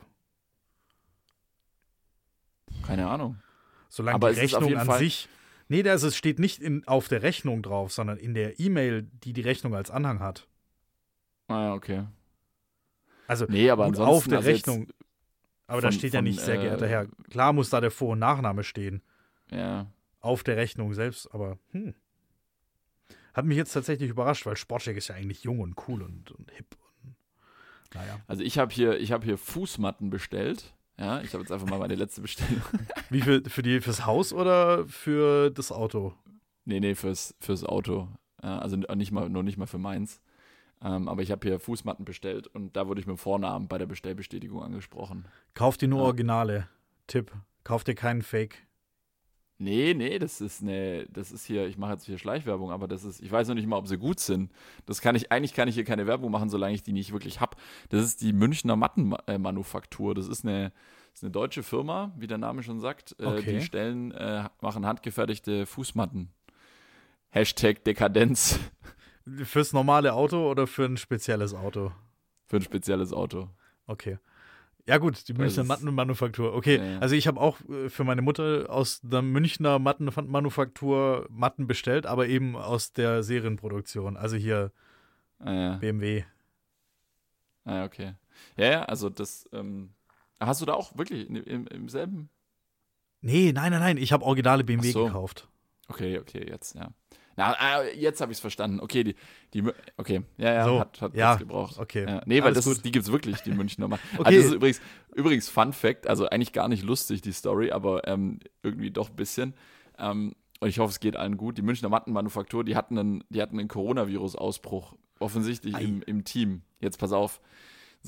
Keine Ahnung. solange Aber die es ist auf Rechnung jeden an Fall- sich. Nee, das, es steht nicht in, auf der Rechnung drauf, sondern in der E-Mail, die die Rechnung als Anhang hat. Ah ja, okay. Also Nee, aber gut, ansonsten auf der also jetzt- Rechnung. Aber da von- steht ja von, nicht, sehr geehrter äh, Herr. Klar muss da der Vor- und Nachname stehen. Ja. Auf der Rechnung selbst, aber hm. Hat mich jetzt tatsächlich überrascht, weil Sportcheck ist ja eigentlich jung und cool und, und hip. Und, naja. Also ich habe hier, ich habe hier Fußmatten bestellt. Ja, ich habe jetzt einfach mal meine letzte Bestellung. Wie für, für die, fürs Haus oder für das Auto? Nee, nee, fürs, fürs Auto. Ja, also nicht mal, nur nicht mal für meins. Ähm, aber ich habe hier Fußmatten bestellt und da wurde ich mit dem Vornamen bei der Bestellbestätigung angesprochen. Kauf dir nur Ja. Originale. Tipp. Kauf dir keinen Fake. Nee, nee, das ist eine, das ist hier, ich mache jetzt hier Schleichwerbung, aber das ist, ich weiß noch nicht mal, ob sie gut sind. Das kann ich, eigentlich kann ich hier keine Werbung machen, solange ich die nicht wirklich habe. Das ist die Münchner Mattenmanufaktur. Das ist eine, das ist eine deutsche Firma, wie der Name schon sagt. Äh, Okay. Die stellen, äh, machen handgefertigte Fußmatten. Hashtag Dekadenz Fürs normale Auto oder für ein spezielles Auto? für ein spezielles Auto. Okay. Ja gut, die Münchner ist- Mattenmanufaktur. Okay, Ja, ja. also ich habe auch äh, für meine Mutter aus der Münchner Mattenmanufaktur Matten bestellt, aber eben aus der Serienproduktion. Also hier Ah, ja. B M W. Ah, ja, okay. Ja, ja, also das, ähm, hast du da auch wirklich im, im, im selben? Nee, nein, nein, nein, ich habe originale B M W Ach so. gekauft. Okay, okay, jetzt, ja. Na, ah, jetzt habe ich es verstanden. Okay, die, die, Mü- okay, ja, ja, So, hat, hat ja, kurz gebraucht. okay. Ja, nee, weil Alles das gut. ist, die gibt es wirklich, die Münchner Mann. Okay. Also das ist übrigens, übrigens Fun Fact, also eigentlich gar nicht lustig, die Story, aber ähm, irgendwie doch ein bisschen. Ähm, und ich hoffe, es geht allen gut. Die Münchner Mattenmanufaktur, die hatten einen, die hatten einen Coronavirus-Ausbruch, offensichtlich Ei. im, im Team. Jetzt pass auf. So,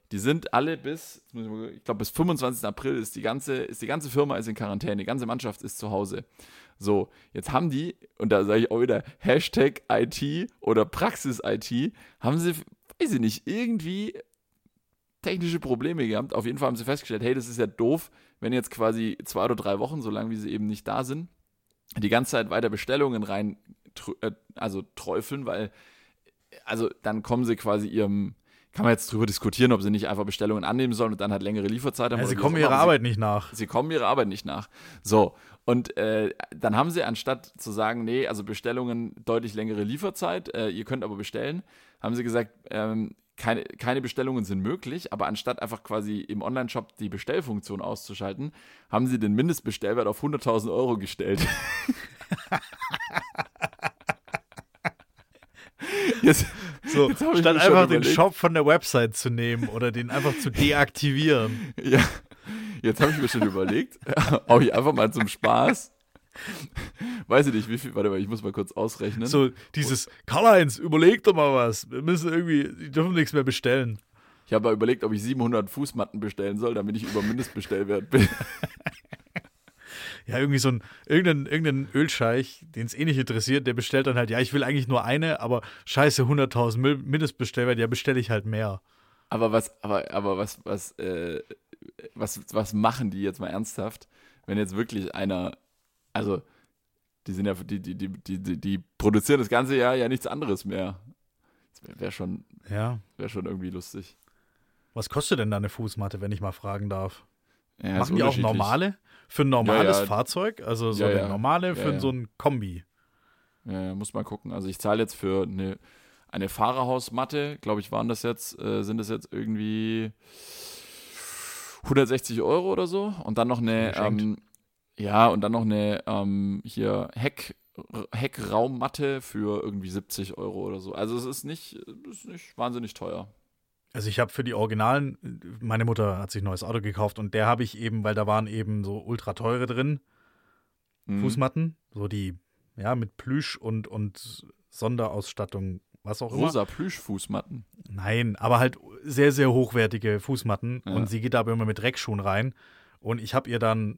Die sind alle bis, ich glaube bis fünfundzwanzigsten April ist die ganze, ist die ganze Firma ist in Quarantäne, die ganze Mannschaft ist zu Hause. So, jetzt haben die, und da sage ich auch wieder, Hashtag I T oder Praxis-I T, haben sie, weiß ich nicht, irgendwie technische Probleme gehabt. Auf jeden Fall haben sie festgestellt, hey, das ist ja doof, wenn jetzt quasi zwei oder drei Wochen, solange wie sie eben nicht da sind, die ganze Zeit weiter Bestellungen rein, also träufeln, weil, also dann kommen sie quasi ihrem, kann man jetzt drüber diskutieren, ob sie nicht einfach Bestellungen annehmen sollen und dann halt längere Lieferzeit haben. Ja, sie kommen ihrer Arbeit nicht nach. Sie kommen ihrer Arbeit nicht nach. So, und äh, dann haben sie, anstatt zu sagen, nee, also Bestellungen deutlich längere Lieferzeit, äh, ihr könnt aber bestellen, haben sie gesagt, ähm, keine, keine Bestellungen sind möglich, aber anstatt einfach quasi im Onlineshop die Bestellfunktion auszuschalten, haben sie den Mindestbestellwert auf hunderttausend Euro gestellt. Jetzt, so, jetzt statt einfach den Shop von der Website zu nehmen oder den einfach zu deaktivieren. Ja, jetzt habe ich mir schon überlegt, ob ich einfach mal zum Spaß, weiß ich nicht, wie viel, warte mal, ich muss mal kurz ausrechnen. So dieses, Karl-Heinz, überleg doch mal was, wir müssen irgendwie, die dürfen nichts mehr bestellen. Ich habe mal überlegt, ob ich siebenhundert Fußmatten bestellen soll, damit ich über Mindestbestellwert bin. Ja, irgendwie so ein, irgendein, irgendein Ölscheich, den es eh nicht interessiert, der bestellt dann halt, ja, ich will eigentlich nur eine, aber scheiße, hunderttausend Mindestbestellwert, ja, bestelle ich halt mehr. Aber was, aber, aber was, was, äh, was, was machen die jetzt mal ernsthaft, wenn jetzt wirklich einer, also, die sind ja, die, die, die, die, die produzieren das ganze Jahr ja nichts anderes mehr. Das wäre wär schon, ja. wär schon irgendwie lustig. Was kostet denn da eine Fußmatte, wenn ich mal fragen darf? Ja, machen die auch normale? Für ein normales ja, ja. Fahrzeug? Also so ja, eine ja. normale für ja, ja. so ein Kombi? Ja, ja, muss mal gucken. Also ich zahle jetzt für eine, eine Fahrerhausmatte, glaube ich, waren das jetzt, äh, sind das jetzt irgendwie hundertsechzig Euro oder so. Und dann noch eine, ähm, ja, und dann noch eine ähm, hier Heck, Heckraummatte für irgendwie siebzig Euro oder so. Also es ist nicht, ist nicht wahnsinnig teuer. Also ich habe für die Originalen, meine Mutter hat sich ein neues Auto gekauft und der habe ich eben, weil da waren eben so ultra teure drin, mhm. Fußmatten, so die, ja, mit Plüsch und, und Sonderausstattung, was auch immer. Rosa Plüschfußmatten? Nein, aber halt sehr, sehr hochwertige Fußmatten ja. und sie geht da aber immer mit Dreckschuhen rein und ich habe ihr dann,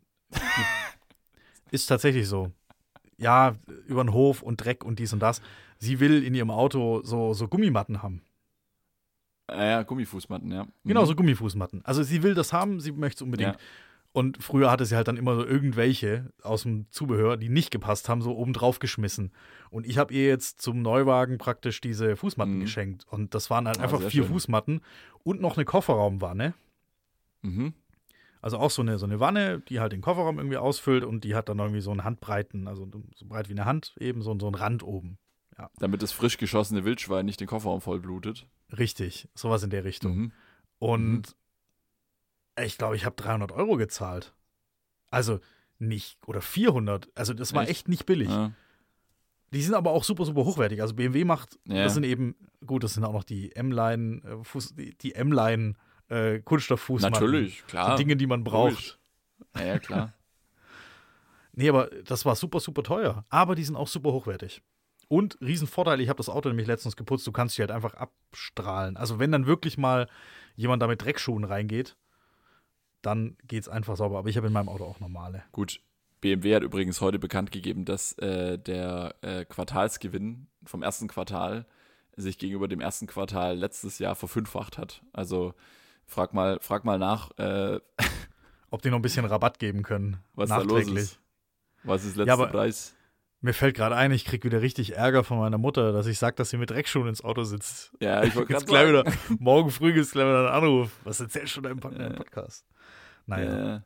die, ist tatsächlich so, ja, über den Hof und Dreck und dies und das, sie will in ihrem Auto so, so Gummimatten haben. Ja, ja, Gummifußmatten, ja. Mhm. Genau, so Gummifußmatten. Also sie will das haben, sie möchte es unbedingt. Ja. Und früher hatte sie halt dann immer so irgendwelche aus dem Zubehör, die nicht gepasst haben, so oben drauf geschmissen. Und ich habe ihr jetzt zum Neuwagen praktisch diese Fußmatten mhm. geschenkt. Und das waren halt ah, einfach vier schön. Fußmatten und noch eine Kofferraumwanne. Mhm. Also auch so eine, so eine Wanne, die halt den Kofferraum irgendwie ausfüllt und die hat dann irgendwie so einen Handbreiten, also so breit wie eine Hand, eben so, so einen Rand oben. Ja. Damit das frisch geschossene Wildschwein nicht den Kofferraum vollblutet. Richtig, sowas in der Richtung. Mhm. Und mhm. ich glaube, ich habe dreihundert Euro gezahlt. Also nicht, oder vierhundert. Also das war echt, echt nicht billig. Ja. Die sind aber auch super, super hochwertig. Also B M W macht, ja. das sind eben, gut, das sind auch noch die M-Line, äh, Fuß, die, die M-Line äh, Kunststofffußmatten. Natürlich, klar. Die Dinge, die man braucht. Ja, ja, klar. Nee, aber das war super, super teuer. Aber die sind auch super hochwertig. Und Riesenvorteil, ich habe das Auto nämlich letztens geputzt, du kannst dich halt einfach abstrahlen. Also wenn dann wirklich mal jemand da mit Dreckschuhen reingeht, dann geht's einfach sauber. Aber ich habe in meinem Auto auch normale. Gut, B M W hat übrigens heute bekannt gegeben, dass äh, der äh, Quartalsgewinn vom ersten Quartal sich gegenüber dem ersten Quartal letztes Jahr verfünffacht hat. Also frag mal, frag mal nach, äh, ob die noch ein bisschen Rabatt geben können. Was da los ist. Was ist letzter ja, Preis? Mir fällt gerade ein, ich kriege wieder richtig Ärger von meiner Mutter, dass ich sage, dass sie mit Dreckschuhen ins Auto sitzt. Ja, ich wollte gerade gleich wieder, morgen früh gibt es gleich wieder einen Anruf. Was erzählst du da im Podcast? Naja. Ja.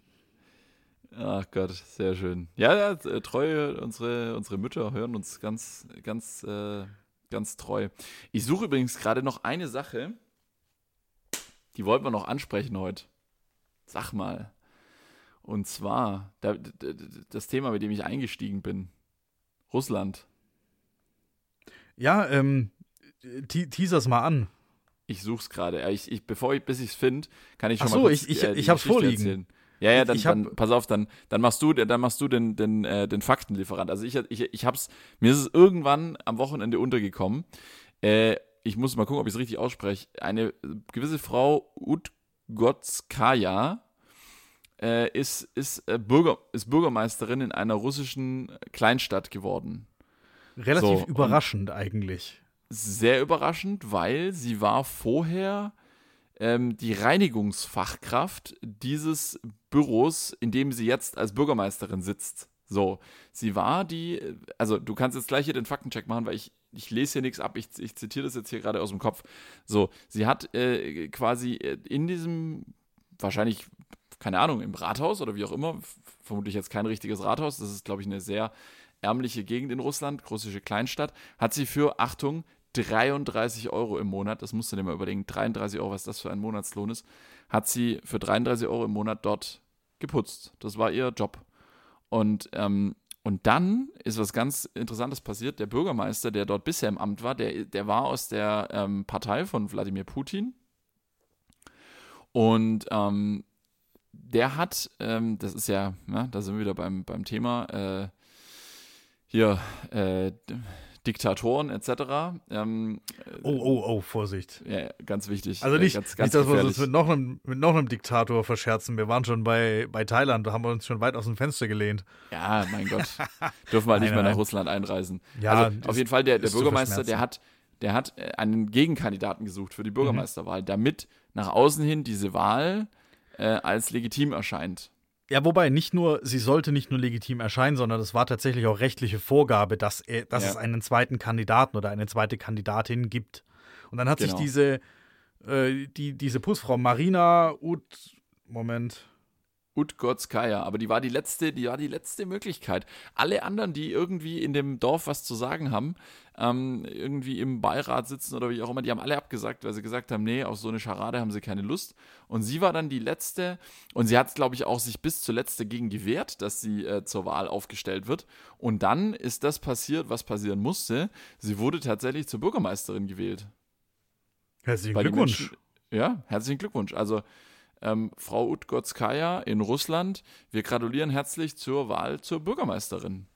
Ach Gott, sehr schön. Ja, ja, treue, unsere, unsere Mütter hören uns ganz, ganz, äh, ganz treu. Ich suche übrigens gerade noch eine Sache, die wollten wir noch ansprechen heute. Sag mal. Und zwar, da, das Thema, mit dem ich eingestiegen bin. Russland. Ja, ähm, te- teaser's mal an. Ich such's gerade. Ich, ich, bevor ich, bis ich's finde, kann ich schon Ach so, mal kurz ich, ich, äh, ich hab's Geschichte vorliegen. erzählen. Ja, ja, dann, ich hab, dann pass auf, dann, dann machst du, dann machst du den, den, äh, den Faktenlieferant. Also ich, ich, ich hab's, mir ist es irgendwann am Wochenende untergekommen. Äh, ich muss mal gucken, ob ich es richtig ausspreche, eine gewisse Frau Udgotskaya äh, ist, ist, äh, Bürger, ist Bürgermeisterin in einer russischen Kleinstadt geworden. Relativ So, überraschend eigentlich. Sehr überraschend, weil sie war vorher ähm, die Reinigungsfachkraft dieses Büros, in dem sie jetzt als Bürgermeisterin sitzt. So, sie war die, also du kannst jetzt gleich hier den Faktencheck machen, weil ich, ich lese hier nichts ab, ich, ich zitiere das jetzt hier gerade aus dem Kopf. So, sie hat äh, quasi in diesem, wahrscheinlich, keine Ahnung, im Rathaus oder wie auch immer, vermutlich jetzt kein richtiges Rathaus, das ist, glaube ich, eine sehr ärmliche Gegend in Russland, russische Kleinstadt, hat sie für, Achtung, dreiunddreißig Euro im Monat, das musst du dir mal überlegen, dreiunddreißig Euro, was das für ein Monatslohn ist, hat sie für dreiunddreißig Euro im Monat dort geputzt. Das war ihr Job. Und, ähm, und dann ist was ganz Interessantes passiert. Der Bürgermeister, der dort bisher im Amt war, der, der war aus der ähm, Partei von Wladimir Putin. Und ähm, der hat, ähm, das ist ja, ja, da sind wir wieder beim, beim Thema, äh, hier, äh, Diktatoren et cetera. Ähm, oh, oh, oh, Vorsicht. Ja, ganz wichtig. Also nicht, ganz, ganz nicht dass wir uns mit noch, einem, mit noch einem Diktator verscherzen. Wir waren schon bei, bei Thailand, da haben wir uns schon weit aus dem Fenster gelehnt. Ja, mein Gott. Dürfen wir halt nicht nein, mehr nach nein. Russland einreisen. Ja, also auf jeden Fall, der, der Bürgermeister, der hat, der hat einen Gegenkandidaten gesucht für die Bürgermeisterwahl, mhm. damit nach außen hin diese Wahl äh, als legitim erscheint. Ja, wobei nicht nur, sie sollte nicht nur legitim erscheinen, sondern es war tatsächlich auch rechtliche Vorgabe, dass, er, dass ja. es einen zweiten Kandidaten oder eine zweite Kandidatin gibt. Und dann hat genau. sich diese, äh, die, diese Putzfrau Marina Ud, Moment. Udgotskaya, aber die war die letzte, die war die letzte Möglichkeit. Alle anderen, die irgendwie in dem Dorf was zu sagen haben, ähm, irgendwie im Beirat sitzen oder wie auch immer, die haben alle abgesagt, weil sie gesagt haben, nee, auf so eine Scharade haben sie keine Lust. Und sie war dann die letzte und sie hat, glaube ich, auch sich bis zuletzt dagegen gewehrt, dass sie äh, zur Wahl aufgestellt wird. Und dann ist das passiert, was passieren musste. Sie wurde tatsächlich zur Bürgermeisterin gewählt. Herzlichen Glückwunsch. Menschen, ja, herzlichen Glückwunsch. Also Ähm, Frau Udgotskaya in Russland, wir gratulieren herzlich zur Wahl zur Bürgermeisterin.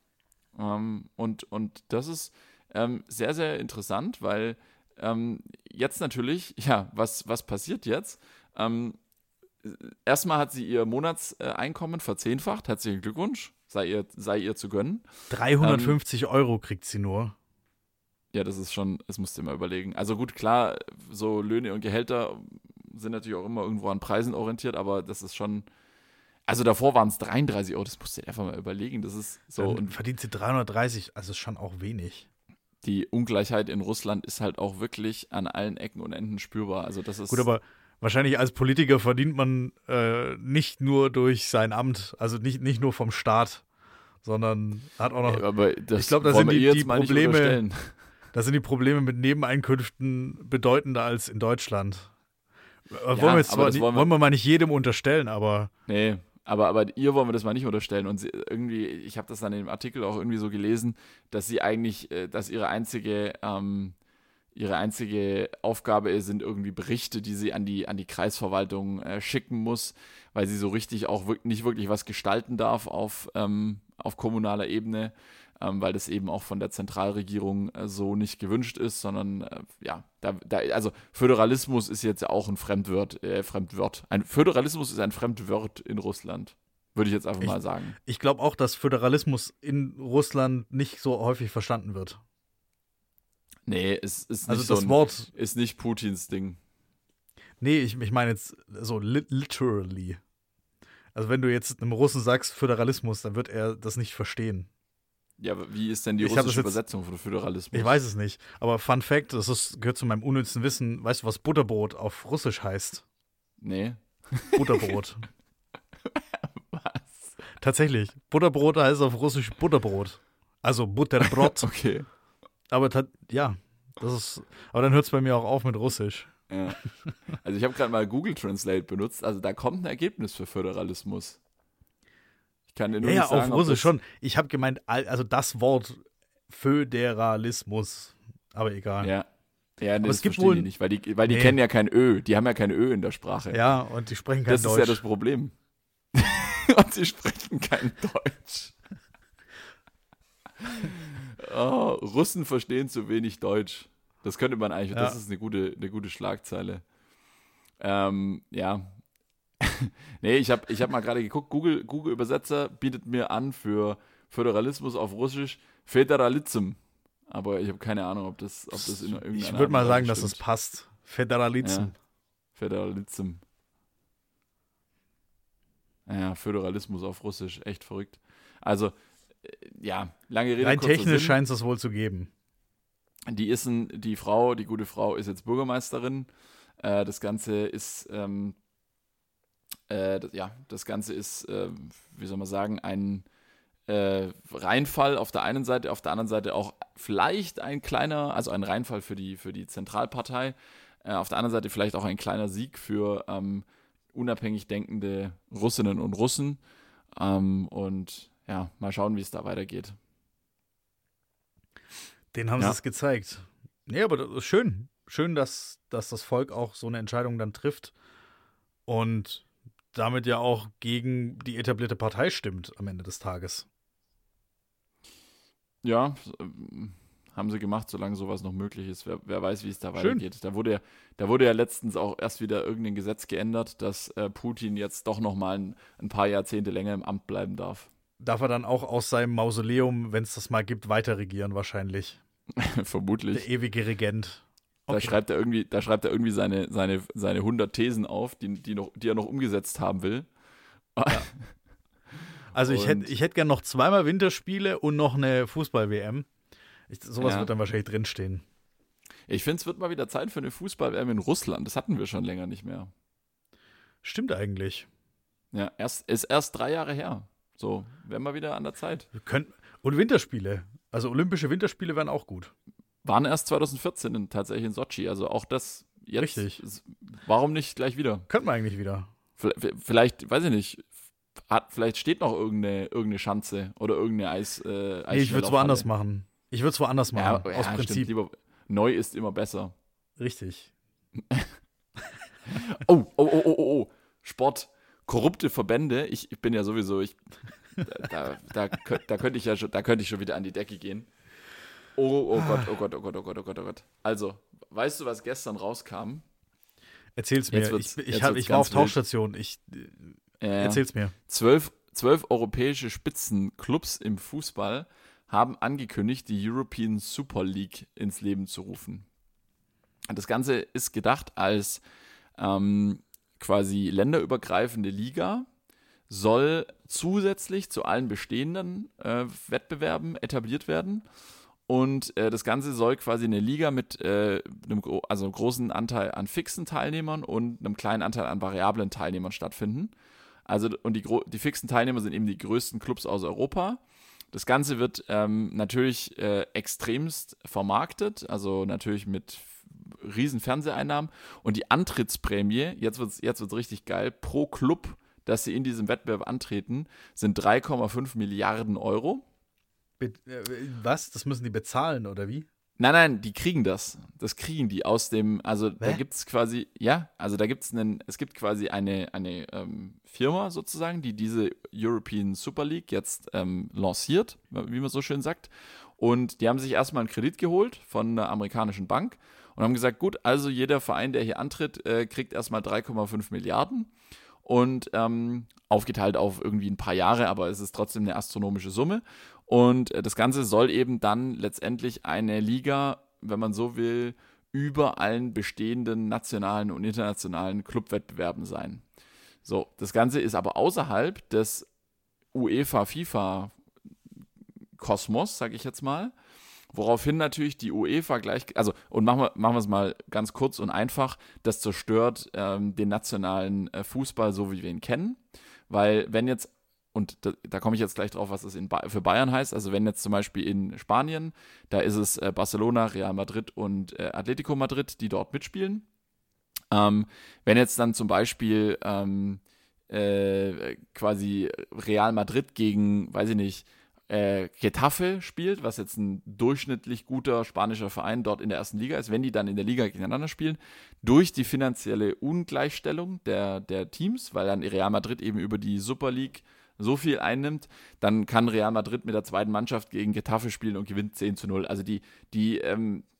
Ähm, und, und das ist ähm, sehr, sehr interessant, weil ähm, jetzt natürlich, ja, was, was passiert jetzt? Ähm, erstmal hat sie ihr Monatseinkommen verzehnfacht, herzlichen Glückwunsch, sei ihr, sei ihr zu gönnen. dreihundertfünfzig ähm, Euro kriegt sie nur. Ja, das ist schon, das musst du dir mal überlegen. Also gut, klar, so Löhne und Gehälter sind natürlich auch immer irgendwo an Preisen orientiert, aber das ist schon, also davor waren es dreiunddreißig Euro, das musst du dir einfach mal überlegen, das ist so. Dann und verdient sie dreihundertdreißig, also schon auch wenig. Die Ungleichheit in Russland ist halt auch wirklich an allen Ecken und Enden spürbar, also das ist. Gut, aber wahrscheinlich als Politiker verdient man äh, nicht nur durch sein Amt, also nicht, nicht nur vom Staat, sondern hat auch noch, ja, aber das ich glaube, da wollen sind wir die, ihr die jetzt mal nicht Probleme, unterstellen. da sind die Probleme mit Nebeneinkünften bedeutender als in Deutschland. Ja, wollen, wir jetzt aber zwar, das nicht, wollen wir- wollen wir mal nicht jedem unterstellen, aber Nee, aber, aber ihr wollen wir das mal nicht unterstellen. Und sie, irgendwie, ich habe das dann in dem Artikel auch irgendwie so gelesen, dass sie eigentlich, äh, dass ihre einzige, ähm, ihre einzige Aufgabe sind irgendwie Berichte, die sie an die, an die Kreisverwaltung äh, schicken muss, weil sie so richtig auch wirk- nicht wirklich was gestalten darf auf, ähm, auf kommunaler Ebene, ähm, weil das eben auch von der Zentralregierung äh, so nicht gewünscht ist, sondern äh, ja, da, da, also Föderalismus ist jetzt auch ein Fremdwort, äh, Fremdwort. Ein Föderalismus ist ein Fremdwort in Russland, würde ich jetzt einfach Ich- mal sagen. ich glaube auch, dass Föderalismus in Russland nicht so häufig verstanden wird. Nee, es ist nicht Also so das ein, Wort, ist nicht Putins Ding. nee, ich, ich meine jetzt so li literally. Also wenn du jetzt einem Russen sagst Föderalismus, dann wird er das nicht verstehen. Ja, aber wie ist denn die Ich hab das russische jetzt- Übersetzung von Föderalismus? Ich weiß es nicht. Aber Fun Fact, das ist, gehört zu meinem unnützen Wissen. Weißt du, was Butterbrot auf Russisch heißt? Nee. Butterbrot. Was? Tatsächlich. Butterbrot heißt auf Russisch Butterbrot. Also Butterbrot. Okay. Aber ta- ja, das ist. Aber dann hört es bei mir auch auf mit Russisch. Ja. Also ich habe gerade mal Google Translate benutzt. Also da kommt ein Ergebnis für Föderalismus. Ich kann dir nur Ja, ja, nicht sagen, auf ob Russisch das, schon. Ich habe gemeint, al- also das Wort Föderalismus. Aber egal. Ja. Ja, nee, es das gibt verstehen wohl- die nicht, weil die, weil die Nee. kennen ja kein Ö. Die haben ja kein Ö in der Sprache. Ja, und die sprechen kein das Deutsch. ist ja das Problem. Und sie sprechen kein Deutsch. Oh, Russen verstehen zu wenig Deutsch. Das könnte man eigentlich, Ja. das ist eine gute, eine gute Schlagzeile. Ähm, ja. Nee, ich habe ich hab mal gerade geguckt, Google, Google Übersetzer bietet mir an für Föderalismus auf Russisch Federalism. Aber ich habe keine Ahnung, ob das, ob das in irgendeiner Ich Art würde und mal Weise sagen, dass stimmt. es passt. Federalism. Ja, Federalism. Ja, Föderalismus auf Russisch, echt verrückt. Also, äh, ja, lange Rede, Rein kurzer technisch Sinn. scheint es das wohl zu geben. Die ist ein, die Frau, die gute Frau ist jetzt Bürgermeisterin. Äh, das Ganze ist, ähm, äh, das, ja, das Ganze ist, äh, wie soll man sagen, ein äh, Reinfall auf der einen Seite, auf der anderen Seite auch vielleicht ein kleiner, also ein Reinfall für die, für die Zentralpartei, äh, auf der anderen Seite vielleicht auch ein kleiner Sieg für ähm, unabhängig denkende Russinnen und Russen. Ähm, und ja, mal schauen, wie es da weitergeht. Den haben Ja. sie es gezeigt. Nee, aber das ist schön. Schön, dass, dass das Volk auch so eine Entscheidung dann trifft und damit ja auch gegen die etablierte Partei stimmt am Ende des Tages. Ja, ähm, haben sie gemacht, solange sowas noch möglich ist. Wer, wer weiß, wie es da Schön. weitergeht. Da wurde, ja, da wurde ja letztens auch erst wieder irgendein Gesetz geändert, dass äh, Putin jetzt doch noch mal ein, ein paar Jahrzehnte länger im Amt bleiben darf. Darf er dann auch aus seinem Mausoleum, wenn es das mal gibt, weiter regieren wahrscheinlich. Vermutlich. Der ewige Regent. Da Okay. schreibt er irgendwie, da schreibt er irgendwie seine, seine, seine hundert Thesen auf, die, die, noch, die er noch umgesetzt haben will. Also ich hätte Und- ich hätt gern noch zweimal Winterspiele und noch eine Fußball-W M. Ich, sowas Ja. wird dann wahrscheinlich drinstehen. Ich finde, es wird mal wieder Zeit für eine Fußball-W M in Russland. Das hatten wir schon länger nicht mehr. Stimmt eigentlich. Ja, erst, ist erst drei Jahre her. So, wären wir wieder an der Zeit. Wir können, und Winterspiele. Also Olympische Winterspiele wären auch gut. Waren erst zwanzig vierzehn in, tatsächlich in Sochi. Also auch das jetzt. Richtig. Ist, warum nicht gleich wieder? Könnten wir eigentlich wieder. V- Vielleicht, weiß ich nicht, hat, vielleicht steht noch irgendeine, irgendeine Schanze oder irgendeine Eis. Äh, Nee, ich würde es woanders Eisschnelllaufhalle. machen. Ich würde es woanders Ja, machen. ja, aus stimmt. Prinzip. Lieber, neu ist immer besser. Richtig. Oh, oh, oh, oh, oh, oh. Sport. Korrupte Verbände. Ich, ich bin ja sowieso, ich, da, da, kö- da könnte ich ja schon, da könnte ich schon wieder an die Decke gehen. Oh, oh Gott, oh Gott, oh Gott, oh Gott, oh Gott, oh Gott. Also, weißt du, was gestern rauskam? Erzähl's mir. Jetzt wird's- ich ich, jetzt hab, wird's ich war auf ganz wild. Tauchstation. Ich, Äh, Erzähl's mir. Zwölf, zwölf europäische Spitzenclubs im Fußball haben angekündigt, die European Super League ins Leben zu rufen. Das Ganze ist gedacht als ähm, quasi länderübergreifende Liga, soll zusätzlich zu allen bestehenden äh, Wettbewerben etabliert werden. Und äh, das Ganze soll quasi eine Liga mit äh, einem gro- also einem großen Anteil an fixen Teilnehmern und einem kleinen Anteil an variablen Teilnehmern stattfinden. Also, und die, gro- die fixen Teilnehmer sind eben die größten Clubs aus Europa. Das Ganze wird ähm, natürlich äh, extremst vermarktet, also natürlich mit f- riesen Fernseheinnahmen. Und die Antrittsprämie, jetzt wird es jetzt wird's richtig geil, pro Club, dass sie in diesem Wettbewerb antreten, sind drei Komma fünf Milliarden Euro. Be äh, was? Das müssen die bezahlen, oder wie? Nein, nein, die kriegen das. Das kriegen die aus dem, also da Hä? gibt es quasi, ja, also da gibt es einen, es gibt quasi eine, eine ähm, Firma sozusagen, die diese European Super League jetzt ähm, lanciert, wie man so schön sagt. Und die haben sich erstmal einen Kredit geholt von einer amerikanischen Bank und haben gesagt, gut, also jeder Verein, der hier antritt, äh, kriegt erstmal drei Komma fünf Milliarden und ähm, aufgeteilt auf irgendwie ein paar Jahre, aber es ist trotzdem eine astronomische Summe. Und äh, das Ganze soll eben dann letztendlich eine Liga, wenn man so will, über allen bestehenden nationalen und internationalen Clubwettbewerben sein. So, das Ganze ist aber außerhalb des UEFA-FIFA-Kosmos, sage ich jetzt mal, woraufhin natürlich die UEFA gleich, also und machen wir, machen wir es mal ganz kurz und einfach, das zerstört ähm, den nationalen äh, Fußball, so wie wir ihn kennen, weil wenn jetzt, und da, da komme ich jetzt gleich drauf, was das in ba- für Bayern heißt, also wenn jetzt zum Beispiel in Spanien, da ist es äh, Barcelona, Real Madrid und äh, Atletico Madrid, die dort mitspielen. Ähm, wenn jetzt dann zum Beispiel ähm, äh, quasi Real Madrid gegen, weiß ich nicht, äh, Getafe spielt, was jetzt ein durchschnittlich guter spanischer Verein dort in der ersten Liga ist, wenn die dann in der Liga gegeneinander spielen, durch die finanzielle Ungleichstellung der, der Teams, weil dann Real Madrid eben über die Super League so viel einnimmt, dann kann Real Madrid mit der zweiten Mannschaft gegen Getafe spielen und gewinnt zehn zu null. Also die, die, ähm,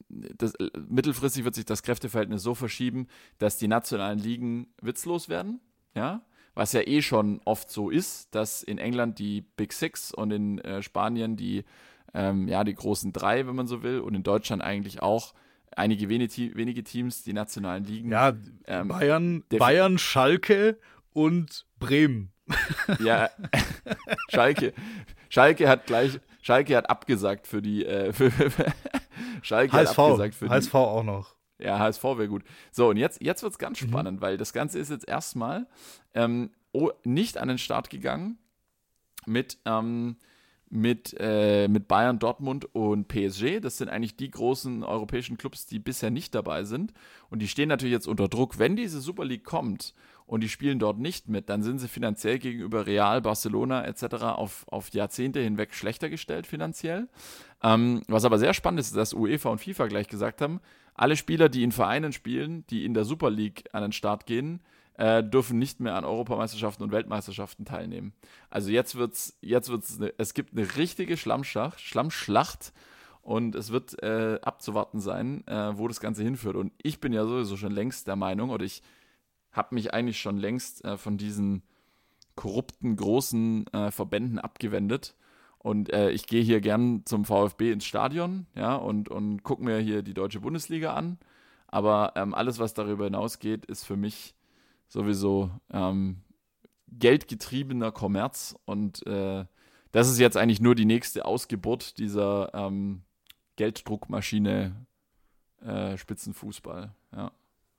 das, mittelfristig wird sich das Kräfteverhältnis so verschieben, dass die nationalen Ligen witzlos werden, ja, was ja eh schon oft so ist, dass in England die Big Six und in äh, Spanien die, ähm, ja, die großen drei, wenn man so will, und in Deutschland eigentlich auch einige wenige, wenige Teams, die nationalen Ligen. Ja, ähm, Bayern, Bayern, Schalke und Bremen. Ja, Schalke, Schalke hat gleich, Schalke hat abgesagt für die, äh, für, für Schalke H S V, hat abgesagt für die, H S V auch noch. Ja, H S V wäre gut. So, und jetzt, jetzt wird es ganz Mhm. spannend, weil das Ganze ist jetzt erstmal ähm, oh, nicht an den Start gegangen mit, ähm, mit, äh, mit Bayern, Dortmund und P S G. Das sind eigentlich die großen europäischen Clubs, die bisher nicht dabei sind. Und die stehen natürlich jetzt unter Druck. Wenn diese Super League kommt und die spielen dort nicht mit, dann sind sie finanziell gegenüber Real, Barcelona et cetera auf, auf Jahrzehnte hinweg schlechter gestellt finanziell. Ähm, was aber sehr spannend ist, dass UEFA und FIFA gleich gesagt haben, alle Spieler, die in Vereinen spielen, die in der Super League an den Start gehen, äh, dürfen nicht mehr an Europameisterschaften und Weltmeisterschaften teilnehmen. Also jetzt wird's, jetzt wird's, ne, es gibt eine richtige Schlammschlacht, Schlammschlacht und es wird äh, abzuwarten sein, äh, wo das Ganze hinführt. Und ich bin ja sowieso schon längst der Meinung, oder ich habe mich eigentlich schon längst äh, von diesen korrupten, großen äh, Verbänden abgewendet. Und äh, ich gehe hier gern zum VfB ins Stadion, ja, und, und gucke mir hier die deutsche Bundesliga an. Aber ähm, alles, was darüber hinausgeht, ist für mich sowieso ähm, geldgetriebener Kommerz. Und äh, das ist jetzt eigentlich nur die nächste Ausgeburt dieser ähm, Gelddruckmaschine äh, Spitzenfußball, ja.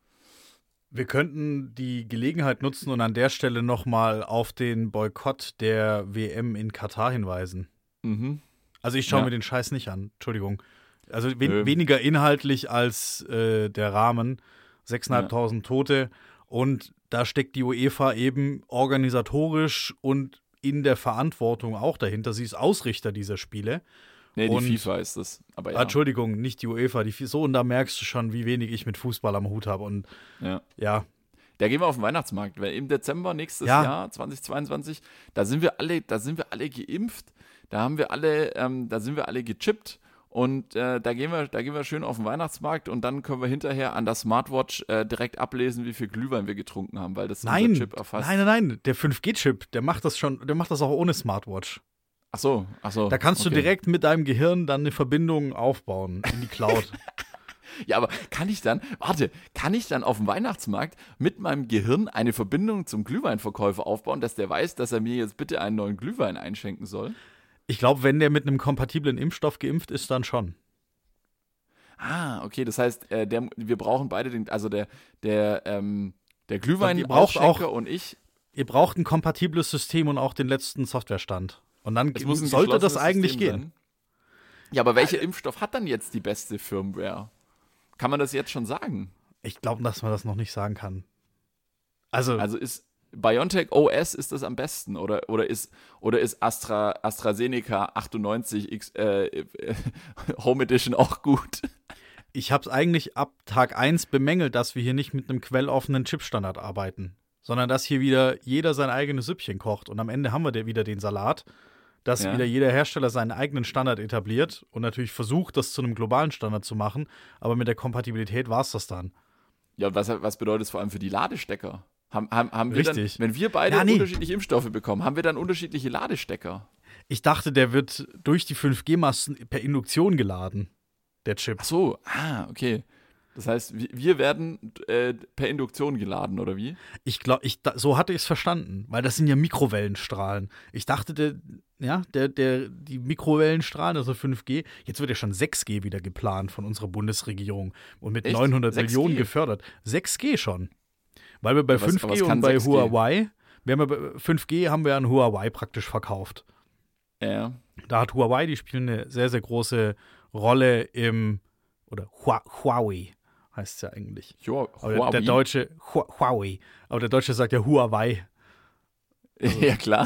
Wir könnten die Gelegenheit nutzen und an der Stelle nochmal auf den Boykott der W M in Katar hinweisen. Mhm. Also ich schaue Ja. mir den Scheiß nicht an, Entschuldigung. Also we- weniger inhaltlich als äh, der Rahmen. sechstausendfünfhundert Tote. Und da steckt die UEFA eben organisatorisch und in der Verantwortung auch dahinter. Sie ist Ausrichter dieser Spiele. Nee, die Und- FIFA ist das. Aber ja. Ah, Entschuldigung, nicht die UEFA. Die Fi- so, und da merkst du schon, wie wenig ich mit Fußball am Hut habe. Und ja. ja, Da gehen wir auf den Weihnachtsmarkt, weil im Dezember nächstes Ja. Jahr zweitausendzweiundzwanzig, da sind wir alle, da sind wir alle geimpft, da haben wir alle, ähm, da sind wir alle gechippt und äh, da gehen wir, da gehen wir schön auf den Weihnachtsmarkt und dann können wir hinterher an der Smartwatch äh, direkt ablesen, wie viel Glühwein wir getrunken haben, weil das nein, unser Chip erfasst. nein, nein, nein. Der fünf G Chip, der macht das schon, der macht das auch ohne Smartwatch. Ach so, ach so. Da kannst okay. du direkt mit deinem Gehirn dann eine Verbindung aufbauen in die Cloud. Ja, aber kann ich dann, warte, kann ich dann auf dem Weihnachtsmarkt mit meinem Gehirn eine Verbindung zum Glühweinverkäufer aufbauen, dass der weiß, dass er mir jetzt bitte einen neuen Glühwein einschenken soll? Ich glaube, wenn der mit einem kompatiblen Impfstoff geimpft ist, dann schon. Ah, okay, das heißt, äh, der, wir brauchen beide den, also der, der, ähm, der Und ihr braucht Glühwein-Aufschenker auch- und ich. Ihr braucht ein kompatibles System und auch den letzten Softwarestand. Und dann Es muss ein sollte das geschlossenes eigentlich System gehen. sein. Ja, aber welcher Impfstoff hat dann jetzt die beste Firmware? Kann man das jetzt schon sagen? Ich glaube, dass man das noch nicht sagen kann. Also, Also ist BioNTech O S ist das am besten oder, oder ist, oder ist Astra, AstraZeneca achtundneunzig X, äh, äh, Home Edition auch gut? ich habe es eigentlich ab Tag eins bemängelt, dass wir hier nicht mit einem quelloffenen Chipstandard arbeiten, sondern dass hier wieder jeder sein eigenes Süppchen kocht. Und am Ende haben wir da wieder den Salat, dass Ja. wieder jeder Hersteller seinen eigenen Standard etabliert und natürlich versucht, das zu einem globalen Standard zu machen. Aber mit der Kompatibilität war es das dann. Ja, was, was bedeutet es vor allem für die Ladestecker? Haben, haben, haben wir Richtig. dann, wenn wir beide Ja, nee. unterschiedliche Impfstoffe bekommen, haben wir dann unterschiedliche Ladestecker? Ich dachte, der wird durch die fünf G-Masten per Induktion geladen, der Chip. Ach so, ah, okay. Das heißt, wir, wir werden äh, per Induktion geladen, oder wie? Ich glaube, ich, da- so hatte ich es verstanden, weil das sind ja Mikrowellenstrahlen. Ich dachte, der, ja, der, der, die Mikrowellenstrahlen, also fünf G, jetzt wird ja schon sechs G wieder geplant von unserer Bundesregierung und mit Echt? neunhundert sechs G? Millionen gefördert. sechs G schon. Weil wir bei Was- fünf was G kann und bei sechs G? Huawei, wir haben ja bei fünf G haben wir an Huawei praktisch verkauft. Ja. Da hat Huawei, die spielen eine sehr, sehr große Rolle im, oder Hua, Huawei heißt es ja eigentlich. Jo, Aber der, der Deutsche, Hua- Huawei, aber der Deutsche sagt ja Huawei. Ja, klar.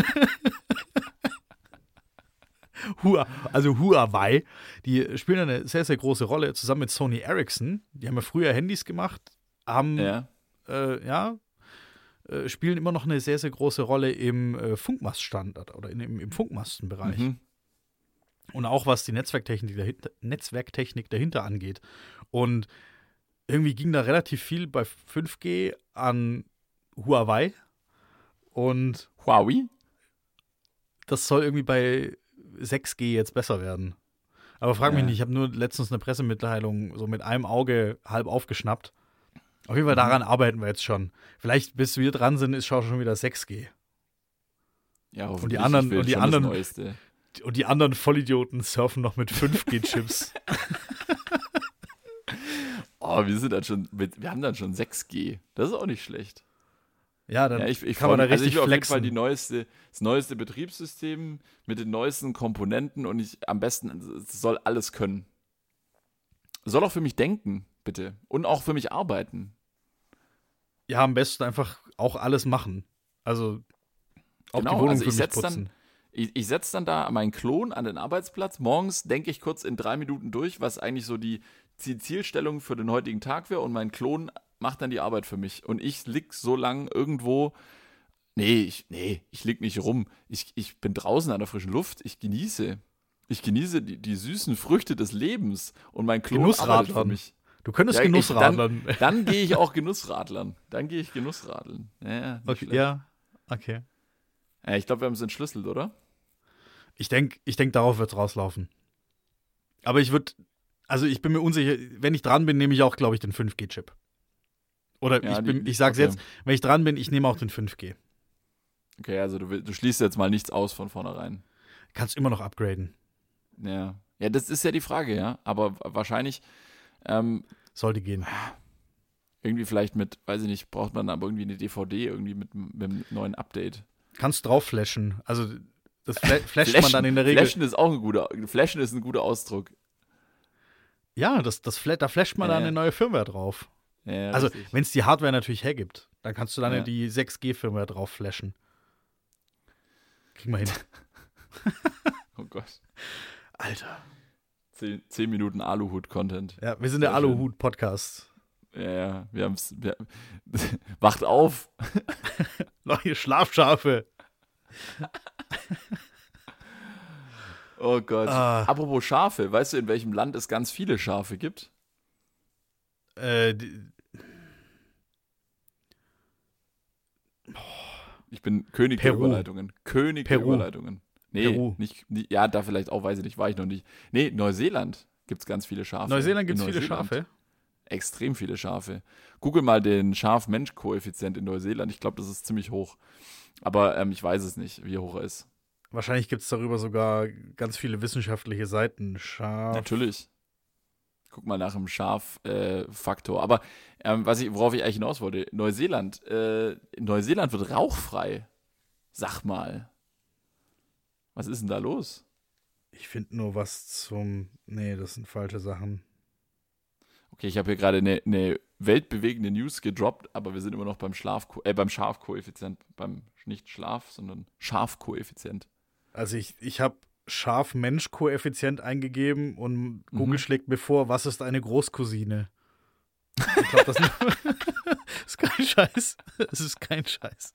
Hua, also Huawei, die spielen eine sehr, sehr große Rolle zusammen mit Sony Ericsson. Die haben ja früher Handys gemacht, haben, ja, Ja. äh, ja äh, spielen immer noch eine sehr, sehr große Rolle im äh, Funkmaststandard oder in, im, im Funkmastenbereich. Mhm. Und auch was die Netzwerktechnik dahinter, Netzwerktechnik dahinter angeht. Und irgendwie ging da relativ viel bei fünf G an Huawei. Und Huawei? das soll irgendwie bei sechs G jetzt besser werden. Aber frag mich Ja. nicht, ich habe nur letztens eine Pressemitteilung so mit einem Auge halb aufgeschnappt. Auf jeden Fall daran arbeiten wir jetzt schon. Vielleicht bis wir dran sind, ist schon wieder sechs G. Ja, Und die hoffentlich. anderen- Ich will und die schon anderen- Das Neueste. Und die anderen Vollidioten surfen noch mit fünf G-Chips. Oh, wir sind dann schon, mit, wir haben dann schon sechs G. Das ist auch nicht schlecht. Ja, dann Ja, ich, ich kann man da freu mich- also richtig ich will auf jeden Fall flexen. die neueste, das neueste Betriebssystem mit den neuesten Komponenten und ich am besten, es soll alles können. Soll auch für mich denken, bitte. Und auch für mich arbeiten. Ja, am besten einfach auch alles machen. Also auch Genau, die Wohnung also für ich mich setz dann- putzen. Ich, ich setze dann da meinen Klon an den Arbeitsplatz. Morgens denke ich kurz in drei Minuten durch, was eigentlich so die Ziel- Zielstellung für den heutigen Tag wäre. Und mein Klon macht dann die Arbeit für mich. Und ich lieg so lang irgendwo. Nee, ich, nee, ich lieg nicht rum. Ich, ich bin draußen an der frischen Luft. Ich genieße. Ich genieße die, die süßen Früchte des Lebens. Und mein Klon arbeitet für Genussradlern. mich. Du könntest Ja, ich- Genussradlern. Dann gehe ich auch Genussradlern. Dann gehe ich Genussradeln. Ja, ja, nicht Okay, schlecht. ja, okay. Ja, ich glaube, wir haben es entschlüsselt, oder? Ich denke, ich denk, darauf wird es rauslaufen. Aber ich würde, also ich bin mir unsicher, wenn ich dran bin, nehme ich auch, glaube ich, den fünf G-Chip. Oder Ja, ich, die- bin, ich sag's okay. jetzt, wenn ich dran bin, ich nehme auch den fünf G. Okay, also du, will- du schließt jetzt mal nichts aus von vornherein. Kannst immer noch upgraden. Ja. Ja, das ist ja die Frage, ja. Aber wa- wahrscheinlich ähm, Sollte gehen. irgendwie vielleicht mit, weiß ich nicht, braucht man aber irgendwie eine D V D irgendwie mit, mit einem neuen Update. Kannst drauf flashen. Also das fla flasht man dann in der Regel. Flashen ist auch ein guter, Flashen ist ein guter Ausdruck. Ja, das, das fla da flasht man Ja, dann ja. eine neue Firmware drauf. Ja, ja, Also, richtig. wenn es die Hardware natürlich hergibt, dann kannst du dann Ja. die sechs G-Firmware drauf flashen. Kriegen wir hin. Oh Gott. Alter. Zehn, zehn Minuten Aluhut-Content. Ja, wir sind der Sehr schön. Aluhut-Podcast. Ja, ja, wir haben's. Wir, wacht auf! Neue Schlafschafe. Oh Gott. Ah. Apropos Schafe, weißt du, in welchem Land es ganz viele Schafe gibt? Äh, die, Ich bin König Peru. der Überleitungen. König Peru. der Überleitungen. Nee, Peru. Nicht, nicht, ja, da vielleicht auch, weiß ich nicht, war ich noch nicht. Nee, Neuseeland gibt es ganz viele Schafe. Neuseeland gibt es In viele Neuseeland Schafe. Extrem viele Schafe. Google mal den Schaf-Mensch-Koeffizient in Neuseeland. Ich glaube, das ist ziemlich hoch. Aber ähm, ich weiß es nicht, wie hoch er ist. Wahrscheinlich gibt es darüber sogar ganz viele wissenschaftliche Seiten. Schaf. Natürlich. Guck mal nach dem Schaf-Faktor. Aber ähm, was ich, worauf ich eigentlich hinaus wollte, Neuseeland, äh, Neuseeland wird rauchfrei. Sag mal. Was ist denn da los? Ich finde nur was zum. Nee, das sind falsche Sachen. Okay, ich habe hier gerade eine, eine weltbewegende News gedroppt, aber wir sind immer noch beim Schlaf, äh, beim Schafkoeffizient, beim nicht Schlaf, sondern Schafkoeffizient. Also ich, ich habe Schaf-Mensch-Koeffizient eingegeben und Google Mhm. schlägt mir vor, was ist eine Großcousine? Ich glaube, das ist kein Scheiß. Das ist kein Scheiß.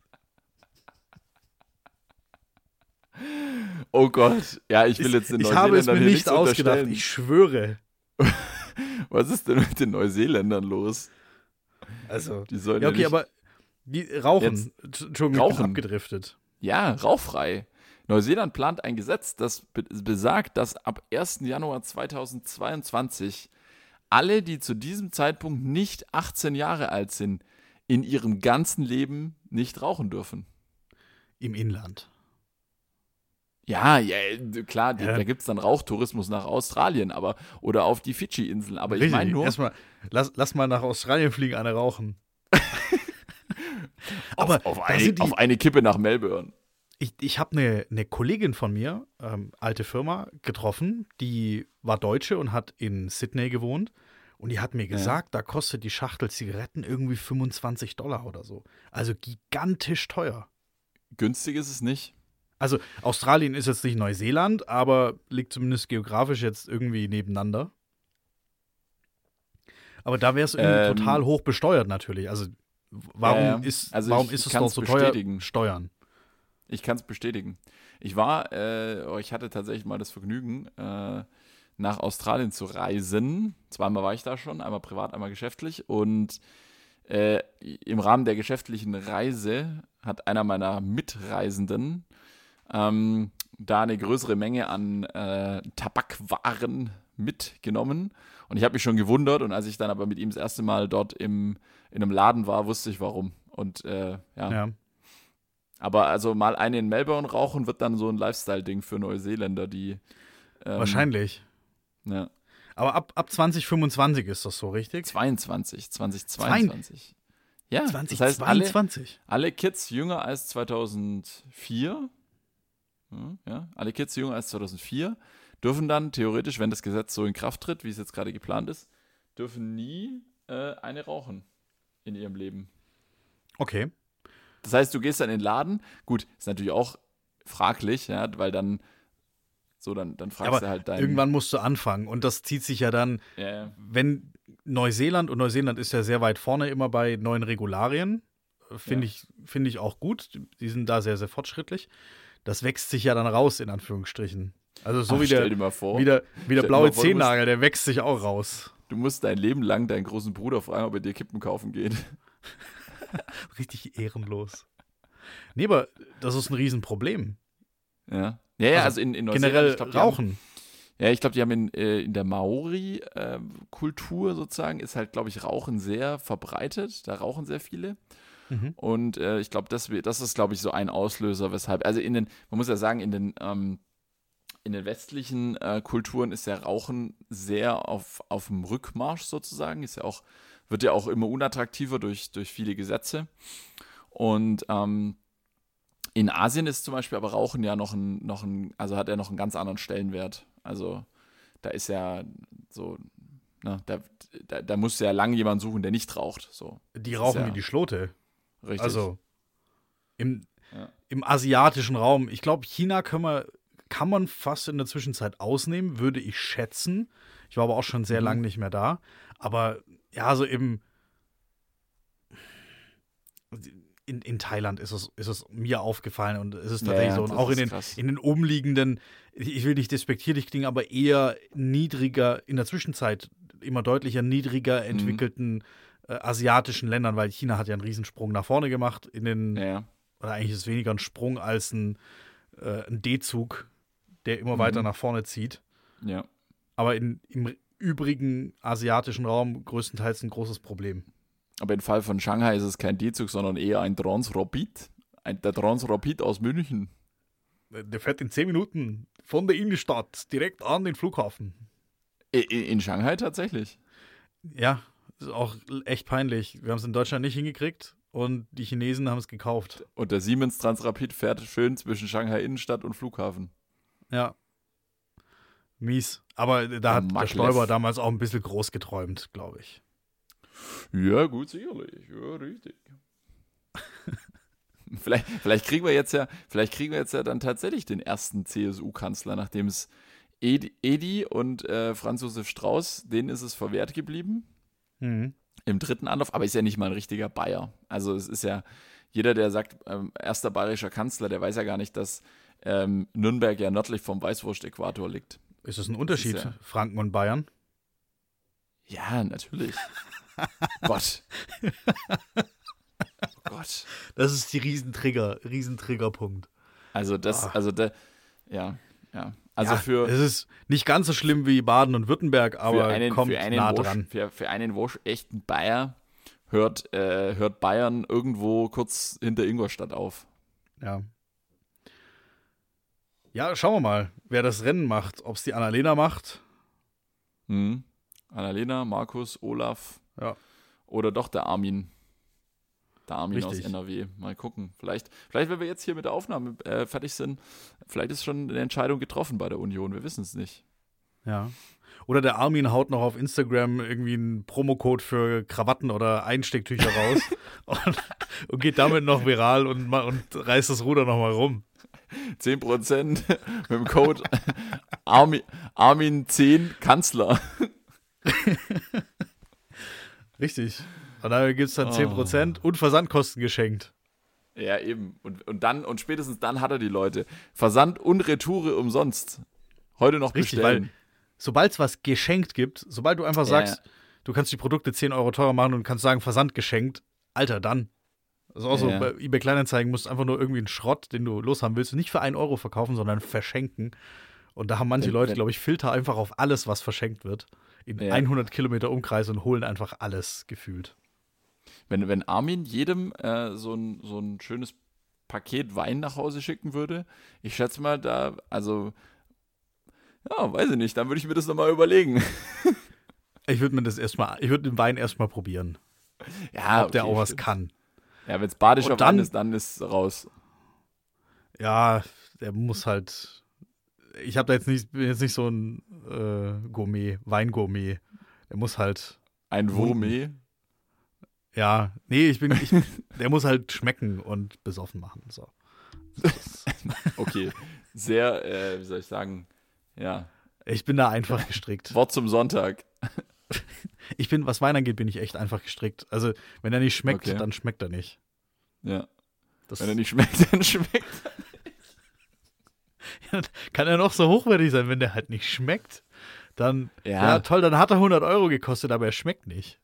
Oh Gott, ja, ich will jetzt den Ich habe es Neuseeländern mir hier nicht nichts ausgedacht. unterstellen. Ich schwöre. Was ist denn mit den Neuseeländern los? Also, Die sollen ja, ja okay, nicht, aber die rauchen. Entschuldigung, ich bin Rauchen. abgedriftet. ja, rauchfrei. Neuseeland plant ein Gesetz, das be besagt, dass ab ersten Januar zweitausendzweiundzwanzig alle, die zu diesem Zeitpunkt nicht achtzehn Jahre alt sind, in ihrem ganzen Leben nicht rauchen dürfen. Im Inland. Ja, ja, klar, die, Ja. da gibt es dann Rauchtourismus nach Australien, aber oder auf die Fidschi-Inseln. Aber ich Richtig. meine nur, Erstmal, lass, lass mal nach Australien fliegen, eine rauchen. auf, aber auf, da eine, sind die- auf eine Kippe nach Melbourne. Ich, ich habe eine ne Kollegin von mir, ähm, alte Firma, getroffen, die war Deutsche und hat in Sydney gewohnt. Und die hat mir gesagt, da kostet die Schachtel Zigaretten irgendwie fünfundzwanzig Dollar oder so. Also gigantisch teuer. Günstig ist es nicht. Also Australien ist jetzt nicht Neuseeland, aber liegt zumindest geografisch jetzt irgendwie nebeneinander. Aber da wäre es irgendwie Ähm, total hoch besteuert natürlich. Also warum Ja, ja. ist, Also warum ich ist es kann's dort so teuer? bestätigen. Steuern. Ich kann es bestätigen. Ich war, äh, ich hatte tatsächlich mal das Vergnügen, äh, nach Australien zu reisen. Zweimal war ich da schon, einmal privat, einmal geschäftlich. Und äh, im Rahmen der geschäftlichen Reise hat einer meiner Mitreisenden ähm, da eine größere Menge an äh, Tabakwaren mitgenommen. Und ich habe mich schon gewundert. Und als ich dann aber mit ihm das erste Mal dort im, in einem Laden war, wusste ich warum. Und äh, ja. Ja. Aber also mal eine in Melbourne rauchen wird dann so ein Lifestyle-Ding für Neuseeländer, die ähm, Wahrscheinlich. Ja. Aber ab, ab zwanzig fünfundzwanzig ist das so, richtig? zweiundzwanzig, zweitausendzweiundzwanzig. Ja, zwanzig das heißt, alle, zweiundzwanzig. alle Kids jünger als zweitausendvier, ja, alle Kids jünger als zweitausendvier dürfen dann theoretisch, wenn das Gesetz so in Kraft tritt, wie es jetzt gerade geplant ist, dürfen nie äh, eine rauchen in ihrem Leben. Okay. Das heißt, du gehst dann in den Laden, gut, ist natürlich auch fraglich, ja, weil dann so, dann, dann fragst Aber du halt deinen... irgendwann musst du anfangen und das zieht sich ja dann, Ja, ja. wenn Neuseeland, und Neuseeland ist ja sehr weit vorne immer bei neuen Regularien, finde Ja. ich, finde ich auch gut, die sind da sehr, sehr fortschrittlich. Das wächst sich ja dann raus, in Anführungsstrichen. Also so Ach, wie stell der, dir mal vor, wie der, wie der stell dir blaue mal vor, du musst- Zehennagel, der wächst sich auch raus. du musst dein Leben lang deinen großen Bruder fragen, ob er dir Kippen kaufen geht. Richtig ehrenlos. Nee, aber das ist ein Riesenproblem. Ja, ja, ja, Also also in, in Neuseeland, Generell ich glaub, die haben, Rauchen. ja, ich glaube, die haben in, äh, in der Maori-Kultur sozusagen, ist halt, glaube ich, Rauchen sehr verbreitet. Da rauchen sehr viele. Mhm. Und äh, ich glaube, das, das ist, glaube ich, so ein Auslöser, weshalb, also in den, man muss ja sagen, in den, ähm, in den westlichen äh, Kulturen ist ja Rauchen sehr auf, auf dem Rückmarsch sozusagen, ist ja auch, wird ja auch immer unattraktiver durch, durch viele Gesetze. Und ähm, in Asien ist zum Beispiel aber Rauchen ja noch ein, noch ein, also hat er noch einen ganz anderen Stellenwert. Also da ist ja so, ne, da, da, da musst du ja lange jemanden suchen, der nicht raucht. So. Die Das ist rauchen ja wie die Schlote. richtig. Also im, Ja. im asiatischen Raum. Ich glaube, China kann man, kann man fast in der Zwischenzeit ausnehmen, würde ich schätzen. Ich war aber auch schon sehr Mhm. lange nicht mehr da. Aber ja, so im in, in Thailand ist es, ist es mir aufgefallen und es ist Ja, tatsächlich ja, so. Und das auch in ist den, krass. in den umliegenden, ich will nicht despektierlich klingen, aber eher niedriger, in der Zwischenzeit immer deutlicher niedriger Mhm. entwickelten äh, asiatischen Ländern, weil China hat ja einen Riesensprung nach vorne gemacht in den, Ja, ja. oder eigentlich ist es weniger ein Sprung als ein, äh, ein D-Zug, der immer Mhm. weiter nach vorne zieht. Ja. Aber in, im übrigen asiatischen Raum größtenteils ein großes Problem. Aber im Fall von Shanghai ist es kein D-Zug, sondern eher ein Transrapid. Ein, der Transrapid aus München. Der fährt in zehn Minuten von der Innenstadt direkt an den Flughafen. In, in Shanghai tatsächlich. Ja, ist auch echt peinlich. Wir haben es in Deutschland nicht hingekriegt und die Chinesen haben es gekauft. Und der Siemens Transrapid fährt schön zwischen Shanghai Innenstadt und Flughafen. Ja. Mies. Aber da hat der Maglev. Stoiber damals auch ein bisschen groß geträumt, glaube ich. Ja, gut, sicherlich. Ja, richtig. vielleicht, vielleicht kriegen wir jetzt ja, vielleicht kriegen wir jetzt ja dann tatsächlich den ersten C S U-Kanzler, nachdem es Edi, Edi und äh, Franz Josef Strauß, denen ist es verwehrt geblieben. Mhm. Im dritten Anlauf, aber ist ja nicht mal ein richtiger Bayer. Also es ist ja, jeder, der sagt, ähm, erster bayerischer Kanzler, der weiß ja gar nicht, dass ähm, Nürnberg ja nördlich vom Weißwurst-Äquator liegt. Ist das ein Unterschied, ja- Franken und Bayern? Ja, natürlich. Gott. Oh Gott. Das ist die Riesentrigger, Riesentriggerpunkt. Also das, Ah. also der, ja, ja. Also ja, für, es ist nicht ganz so schlimm wie Baden und Württemberg, aber für einen, kommt für einen nah Wosch, dran. Für, für einen Wosch echten Bayer hört, äh, hört Bayern irgendwo kurz hinter Ingolstadt auf. Ja. Ja, schauen wir mal, wer das Rennen macht. Ob es die Annalena macht. Mhm. Annalena, Markus, Olaf Ja. oder doch der Armin. Der Armin Richtig. aus N R W. Mal gucken. Vielleicht, vielleicht, wenn wir jetzt hier mit der Aufnahme äh, fertig sind, vielleicht ist schon eine Entscheidung getroffen bei der Union. Wir wissen es nicht. Ja. Oder der Armin haut noch auf Instagram irgendwie einen Promocode für Krawatten oder Einstecktücher raus und, und geht damit noch viral und, ma- und reißt das Ruder nochmal rum. zehn Prozent mit dem Code Armin, Armin zehn Kanzler. Richtig. Und da gibt es dann Oh. zehn Prozent und Versandkosten geschenkt. Ja, eben. Und, und dann, und spätestens dann hat er die Leute. Versand und Retoure umsonst. Heute noch Richtig, bestellen. weil sobald es was geschenkt gibt, sobald du einfach Ja, sagst, ja. du kannst die Produkte zehn Euro teurer machen und kannst sagen, Versand geschenkt, Alter, dann. Das ist auch so, Ja. bei eBay Kleinanzeigen musst du einfach nur irgendwie einen Schrott, den du loshaben willst, nicht für einen Euro verkaufen, sondern verschenken. Und da haben manche Wenn- Leute, wenn- glaube ich, Filter einfach auf alles, was verschenkt wird. In Ja. hundert Kilometer Umkreis und holen einfach alles gefühlt. Wenn, wenn Armin jedem äh, so, ein, so ein schönes Paket Wein nach Hause schicken würde, ich schätze mal, da, also, ja, weiß ich nicht, dann würde ich mir das nochmal überlegen. Ich würde mir das erstmal, ich würde den Wein erstmal probieren, Ja, ob der okay, auch was stimmt. kann. Ja, wenn es badischer Und dann- Wein ist, dann ist es raus. Ja, der muss halt. Ich habe da jetzt nicht, bin jetzt nicht so ein äh, Gourmet, Weingourmet. Der muss halt. Ein Wurme. Ja, nee, ich bin. Ich, der muss halt schmecken und besoffen machen. So. Okay, sehr, äh, wie soll ich sagen, ja, Ich bin da einfach gestrickt. Wort zum Sonntag. Ich bin, was Wein angeht, bin ich echt einfach gestrickt. Also, wenn er nicht schmeckt, Okay. dann schmeckt er nicht. Ja, Das wenn er nicht schmeckt, dann schmeckt kann er noch so hochwertig sein, wenn der halt nicht schmeckt. Dann, er. ja, toll, dann hat er hundert Euro gekostet, aber er schmeckt nicht.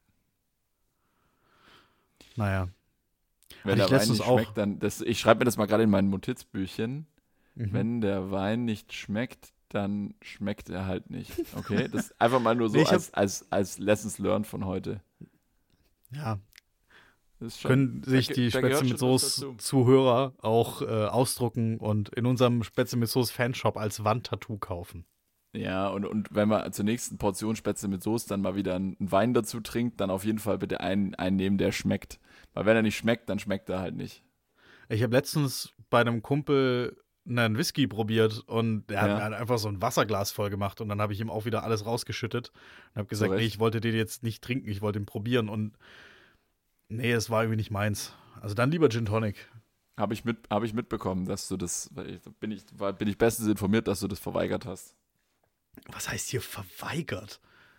Naja. Wenn Hatte der ich Wein letztens nicht auch. schmeckt, dann, das, ich schreibe mir das mal gerade in mein Notizbüchchen. Mhm. Wenn der Wein nicht schmeckt, dann schmeckt er halt nicht. Okay, das ist einfach mal nur so Nee, ich hab- als, als, als Lessons learned von heute. Ja, Das ist schon, können sich da, die da gehört Spätzle mit schon was Soße dazu. Zuhörer auch äh, ausdrucken und in unserem Spätzle mit Soße Fanshop als Wandtattoo kaufen. Ja, und, und wenn man zur nächsten Portion Spätzle mit Soße dann mal wieder einen Wein dazu trinkt, dann auf jeden Fall bitte einen, einen nehmen, der schmeckt. Weil wenn er nicht schmeckt, dann schmeckt er halt nicht. Ich habe letztens bei einem Kumpel einen Whisky probiert und der Ja. hat mir einfach so ein Wasserglas voll gemacht und dann habe ich ihm auch wieder alles rausgeschüttet und habe gesagt, Recht. nee, ich wollte den jetzt nicht trinken, ich wollte ihn probieren und nee, es war irgendwie nicht meins. Also dann lieber Gin Tonic. Habe ich, mit, hab ich mitbekommen, dass du das, weil ich, bin, ich, war, bin ich bestens informiert, dass du das verweigert hast. Was heißt hier verweigert?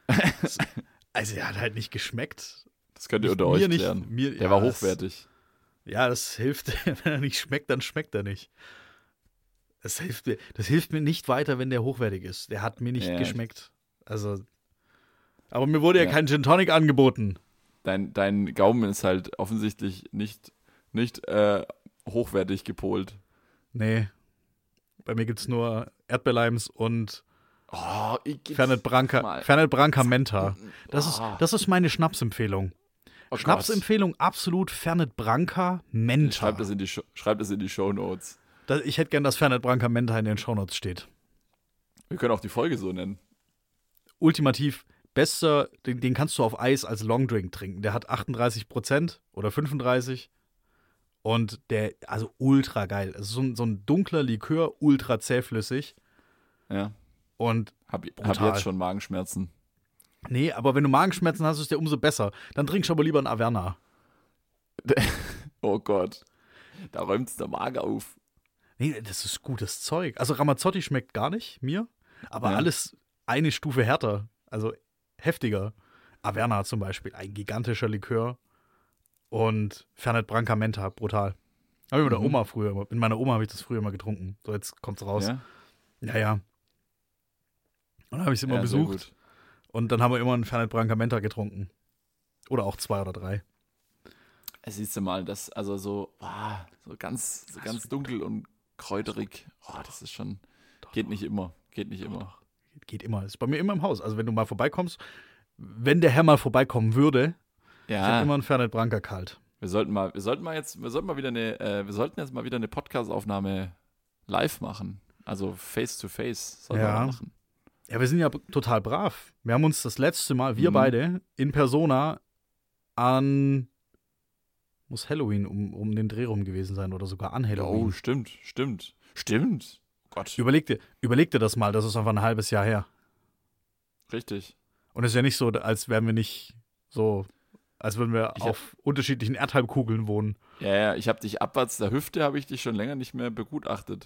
Also er hat halt nicht geschmeckt. Das könnt ihr Nicht- unter euch mir nicht- klären. mir- Der ja, war das- hochwertig. Ja, das hilft. Wenn er nicht schmeckt, dann schmeckt er nicht. Das hilft mir, das hilft mir nicht weiter, wenn der hochwertig ist. Der hat mir nicht Ja. geschmeckt. Also, aber mir wurde ja, Ja. kein Gin Tonic angeboten. Dein, dein Gaumen ist halt offensichtlich nicht, nicht äh, hochwertig gepolt. Nee. Bei mir gibt's nur Erdbeerleims und Oh, ich Fernet Branca, mal. Fernet Branca Menta. Das ist, Oh. das ist meine Schnapsempfehlung. Oh Schnapsempfehlung absolut Fernet Branca Gott. Menta. Schreib das in die, Sho- schreib das in die Shownotes. Das, ich hätte gern, dass Fernet Branca Menta in den Shownotes steht. Wir können auch die Folge so nennen. Ultimativ bester, den, den kannst du auf Eis als Longdrink trinken. Der hat achtunddreißig Prozent oder fünfunddreißig und der, also ultra geil. Also so, ein, so ein dunkler Likör, ultra zähflüssig Ja. und Hab, hab Brutal. jetzt schon Magenschmerzen. nee, aber wenn du Magenschmerzen hast, ist der umso besser. Dann trinkst du aber lieber einen Averna. Oh Gott. Da räumt's der Magen auf. Nee, das ist gutes Zeug. Also Ramazzotti schmeckt gar nicht, mir, aber Ja. alles eine Stufe härter, also heftiger. Averna zum Beispiel, ein gigantischer Likör und Fernet Branca Menta, brutal. Habe ich mit der Mhm. Oma früher, immer- mit meiner Oma habe ich das früher immer getrunken. So, jetzt kommt's raus. Ja, Ja, ja. Und dann habe ich es immer ja, sehr besucht gut. und dann haben wir immer einen Fernet Branca Menta getrunken. Oder auch zwei oder drei. Siehst du mal, das, also so, ah, so ganz, so ganz dunkel und kräuterig. Oh, das ist schon, geht nicht immer, geht nicht immer. Geht immer. Ist bei mir immer im Haus. Also wenn du mal vorbeikommst, wenn der Herr mal vorbeikommen würde, ich Ja, habe immer einen Fernet Branca kalt. wir sollten mal, wir sollten mal jetzt, wir sollten mal wieder eine, äh, wir sollten jetzt mal wieder eine Podcast-Aufnahme live machen. Also face to face sollten wir Ja. mal machen. Ja, wir sind ja b- total brav. Wir haben uns das letzte Mal, wir Mhm. beide, in Persona an, muss Halloween um, um den Dreh rum gewesen sein oder sogar an Oh, Halloween. stimmt, stimmt, stimmt. Gott, Überleg dir, überleg dir das mal, das ist einfach ein halbes Jahr her. richtig. Und es ist ja nicht so, als wären wir nicht so, als würden wir Ich hab- auf unterschiedlichen Erdhalbkugeln wohnen. Ja, ja, ich habe dich abwärts der Hüfte, habe ich dich schon länger nicht mehr begutachtet.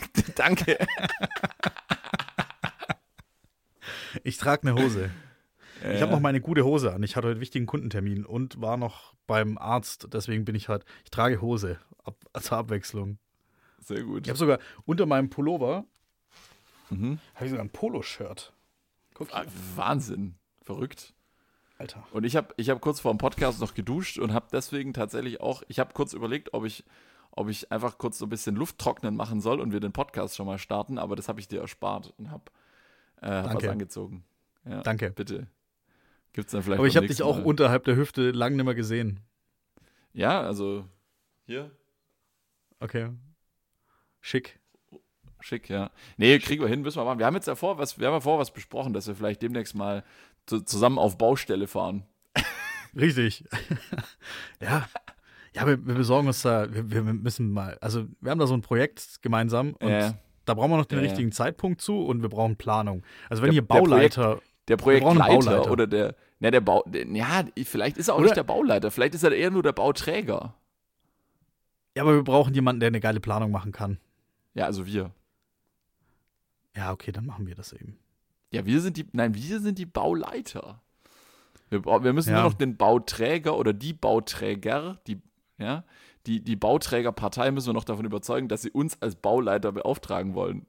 Danke. Ich trage eine Hose. Ich habe noch meine gute Hose an. Ich hatte heute einen wichtigen Kundentermin und war noch beim Arzt. Deswegen bin ich halt, ich trage Hose ab, zur Abwechslung. Sehr gut. Ich habe sogar unter meinem Pullover, Mhm. habe ich sogar ein Poloshirt. Guck Ah, hier. Wahnsinn. Verrückt. Alter. Und ich habe ich hab kurz vor dem Podcast noch geduscht und habe deswegen tatsächlich auch, ich habe kurz überlegt, ob ich, ob ich einfach kurz so ein bisschen Luft trocknen machen soll und wir den Podcast schon mal starten, aber das habe ich dir erspart und habe äh, hab was angezogen. Ja, Danke. Bitte. Gibt's dann vielleicht Aber ich beim habe dich nächsten auch Mal. unterhalb der Hüfte lang nicht mehr gesehen. Ja, also hier, Okay. Schick. schick, ja. Nee, kriegen wir hin, müssen wir machen. Wir haben jetzt ja vor, was, wir haben ja vor, was besprochen, dass wir vielleicht demnächst mal zu, zusammen auf Baustelle fahren. Richtig. ja. Ja, wir, wir besorgen uns da, wir, wir müssen mal, also wir haben da so ein Projekt gemeinsam und Ja. da brauchen wir noch den Ja, ja. richtigen Zeitpunkt zu und wir brauchen Planung. Also wenn Der- hier der Projekt- Bauleiter, Der brauchen einen Projektleiter Bauleiter. oder der, ne, der Bau, der, ja, vielleicht ist er auch Oder- nicht der Bauleiter, vielleicht ist er eher nur der Bauträger. ja, aber wir brauchen jemanden, der eine geile Planung machen kann. Ja, also wir. Ja, okay, dann machen wir das eben. Ja, wir sind die, nein, wir sind die Bauleiter. Wir, brau- wir müssen Ja. nur noch den Bauträger oder die Bauträger, die, ja, die, die Bauträgerpartei müssen wir noch davon überzeugen, dass sie uns als Bauleiter beauftragen wollen.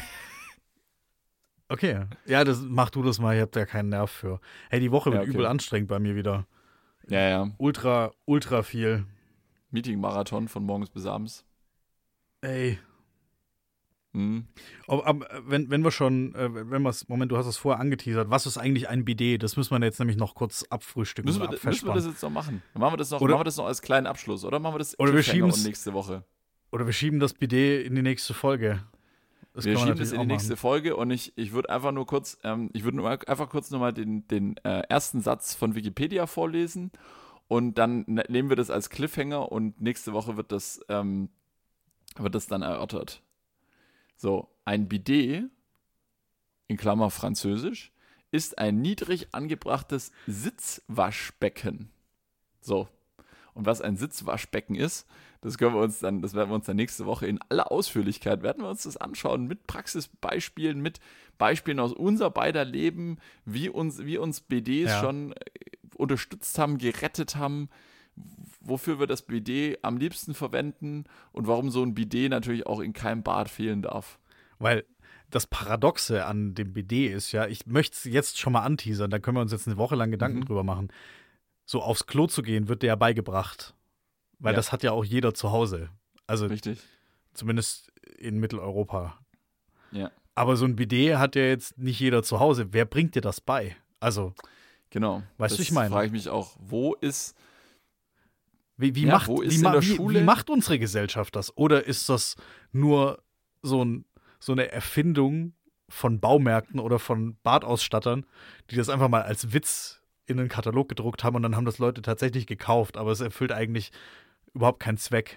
Okay, ja, das mach du das mal, ich hab da keinen Nerv für. Hey, die Woche Ja, wird okay. übel anstrengend bei mir wieder. Ja, ja. Ultra, ultra viel. Meeting-Marathon von morgens bis abends. Ey, Hm. ob, ab, wenn, wenn wir schon, äh, wenn wir es, Moment, du hast es vorher angeteasert, was ist eigentlich ein Bidet? Das müssen wir jetzt nämlich noch kurz abfrühstücken Müssen, oder wir, müssen wir das abverspannen. jetzt noch machen? Dann machen wir das noch, Oder- machen wir das noch als kleinen Abschluss, oder machen wir das Oder wir Cliffhanger schieben's- und nächste Woche? Oder wir schieben das Bidet in die nächste Folge. Das Wir kann man schieben das natürlich in auch die nächste machen. Folge und ich, ich würde einfach nur kurz, ähm, ich würde nur einfach kurz nochmal den, den äh, ersten Satz von Wikipedia vorlesen und dann ne- nehmen wir das als Cliffhanger und nächste Woche wird das, ähm, wird das dann erörtert. So, ein Bidet, in Klammer französisch, ist ein niedrig angebrachtes Sitzwaschbecken. So. Und was ein Sitzwaschbecken ist, das können wir uns dann, das werden wir uns dann nächste Woche in aller Ausführlichkeit, werden wir uns das anschauen, mit Praxisbeispielen, mit Beispielen aus unser beider Leben, wie uns, wie uns B Ds Ja. schon äh, unterstützt haben, gerettet haben, wofür wir das Bidet am liebsten verwenden und warum so ein Bidet natürlich auch in keinem Bad fehlen darf. Weil das Paradoxe an dem Bidet ist ja, ich möchte es jetzt schon mal anteasern, da können wir uns jetzt eine Woche lang Gedanken Mhm. drüber machen. So aufs Klo zu gehen, wird dir ja beigebracht. Weil Ja. das hat ja auch jeder zu Hause. Also Richtig? zumindest in Mitteleuropa. Ja. Aber so ein Bidet hat ja jetzt nicht jeder zu Hause. Wer bringt dir das bei? Also, Genau. Weißt du, das ich meine? frage ich mich auch, wo ist, wie, wie, Ja, macht, wo ist wie, in ma- der wie, Schule- wie macht unsere Gesellschaft das? Oder ist das nur so, ein, so eine Erfindung von Baumärkten oder von Badausstattern, die das einfach mal als Witz in einen Katalog gedruckt haben und dann haben das Leute tatsächlich gekauft, aber es erfüllt eigentlich überhaupt keinen Zweck.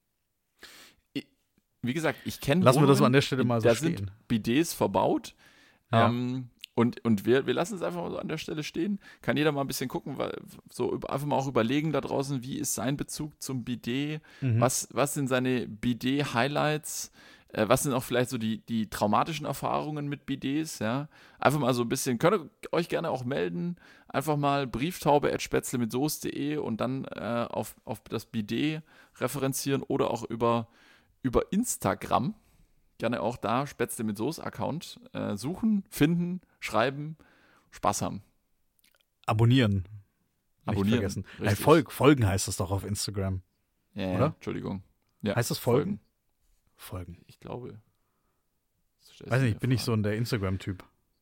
wie gesagt, ich kenne Lassen wir das Wohnungen, an der Stelle mal so da stehen. sind Bidets verbaut. Ja. Ähm, und und wir, wir lassen es einfach mal so an der Stelle stehen. Kann jeder mal ein bisschen gucken, weil, so über, einfach mal auch überlegen da draußen, wie ist sein Bezug zum Bidet? Mhm. Was, was sind seine Bidet-Highlights? Äh, was sind auch vielleicht so die, die traumatischen Erfahrungen mit Bidets? Ja? Einfach mal so ein bisschen, könnt ihr euch gerne auch melden. Einfach mal brieftaube at spätzle mit soße punkt de und dann äh, auf, auf das Bidet referenzieren oder auch über, über Instagram. Gerne auch da, Spätzle mit Soße-Account, äh, suchen, finden, schreiben, Spaß haben. Abonnieren. Nicht Abonnieren, vergessen. richtig. Hey, Folg, Folgen heißt das doch auf Instagram. Ja, ja, Oder? Entschuldigung. Ja, Heißt das Folgen? Folgen. Ich glaube. Das stellst Weiß du nicht, mir ich bin nicht so Fragen. ein der Instagram-Typ.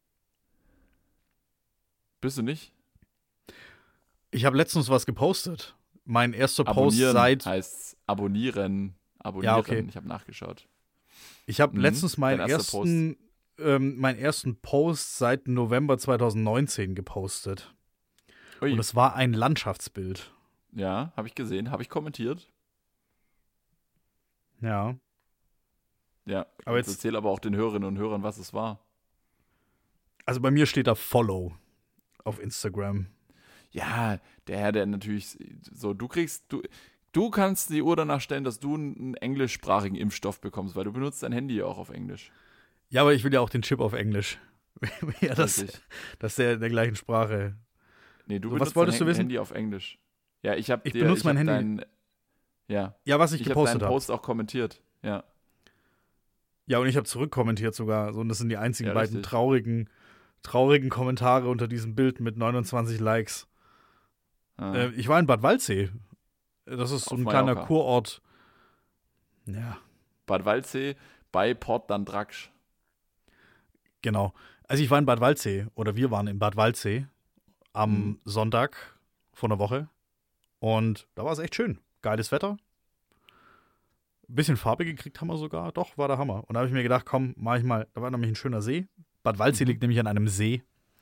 Bist du nicht? Ich habe letztens was gepostet. Mein erster Post Abonnieren seit. heißt abonnieren. Abonnieren. Ja, okay. Ich habe nachgeschaut. Ich habe Mhm, letztens meinen dein erster ersten, ähm, meinen ersten Post seit November zwanzig neunzehn gepostet. Ui. Und es war ein Landschaftsbild. Ja, habe ich gesehen, habe ich kommentiert. Ja. Ja, Aber jetzt jetzt- erzähl aber auch den Hörerinnen und Hörern, was es war. Also bei mir steht da Follow auf Instagram. Ja, der Herr, der natürlich so, du kriegst, du, du kannst die Uhr danach stellen, dass du einen englischsprachigen Impfstoff bekommst, weil du benutzt dein Handy ja auch auf Englisch. Ja, aber ich will ja auch den Chip auf Englisch. ja, das, Richtig. das ist der in der gleichen Sprache. Nee, du So, was benutzt wolltest dein du wissen? Handy auf Englisch. Ja, ich habe Ich dir, benutze ich mein hab Handy. Dein, ja, Ja, was ich, ich habe gepostet deinen habe. Post auch kommentiert. Ja, Ja, und ich habe zurückkommentiert sogar. So, und das sind die einzigen Ja, beiden richtig. traurigen, traurigen Kommentare unter diesem Bild mit neunundzwanzig Likes. ah, Äh, ich war in Bad Waldsee. Das ist so Auf ein kleiner Mallorca. Kurort. Ja, Bad Waldsee bei Port d'Andratx. genau. Also ich war in Bad Waldsee, oder wir waren in Bad Waldsee am Mhm. Sonntag vor einer Woche. Und da war es echt schön. Geiles Wetter. Ein bisschen Farbe gekriegt haben wir sogar. Doch, war der Hammer. Und da habe ich mir gedacht, komm, mach ich mal. Da war nämlich ein schöner See. Bad Waldsee Mhm. liegt nämlich an einem See.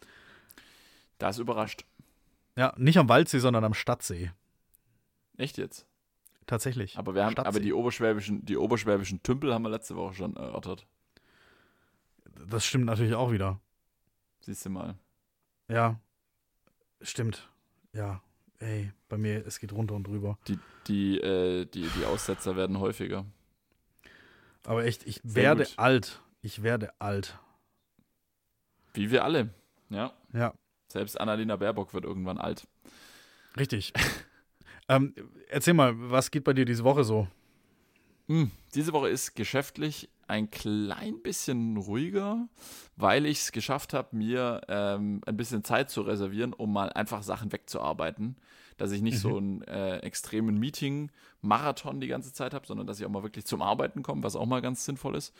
Das überrascht. Ja, nicht am Waldsee, sondern am Stadtsee. Echt jetzt? Tatsächlich. Aber wir haben, Stadtsee. aber die oberschwäbischen, die oberschwäbischen Tümpel haben wir letzte Woche schon erörtert. Das stimmt natürlich auch wieder. Siehst du mal. Ja, stimmt. Ja, ey, bei mir, es geht runter und drüber. Die, die, äh, die, die Aussetzer werden häufiger. Aber echt, ich Sehr werde gut. alt. Ich werde alt. Wie wir alle. Ja. Ja, Selbst Annalena Baerbock wird irgendwann alt. richtig. ähm, erzähl mal, was geht bei dir diese Woche so? Hm, Diese Woche ist geschäftlich ein klein bisschen ruhiger, weil ich es geschafft habe, mir ähm, ein bisschen Zeit zu reservieren, um mal einfach Sachen wegzuarbeiten. Dass ich nicht Mhm. so einen äh, extremen Meeting-Marathon die ganze Zeit habe, sondern dass ich auch mal wirklich zum Arbeiten komme, was auch mal ganz sinnvoll ist.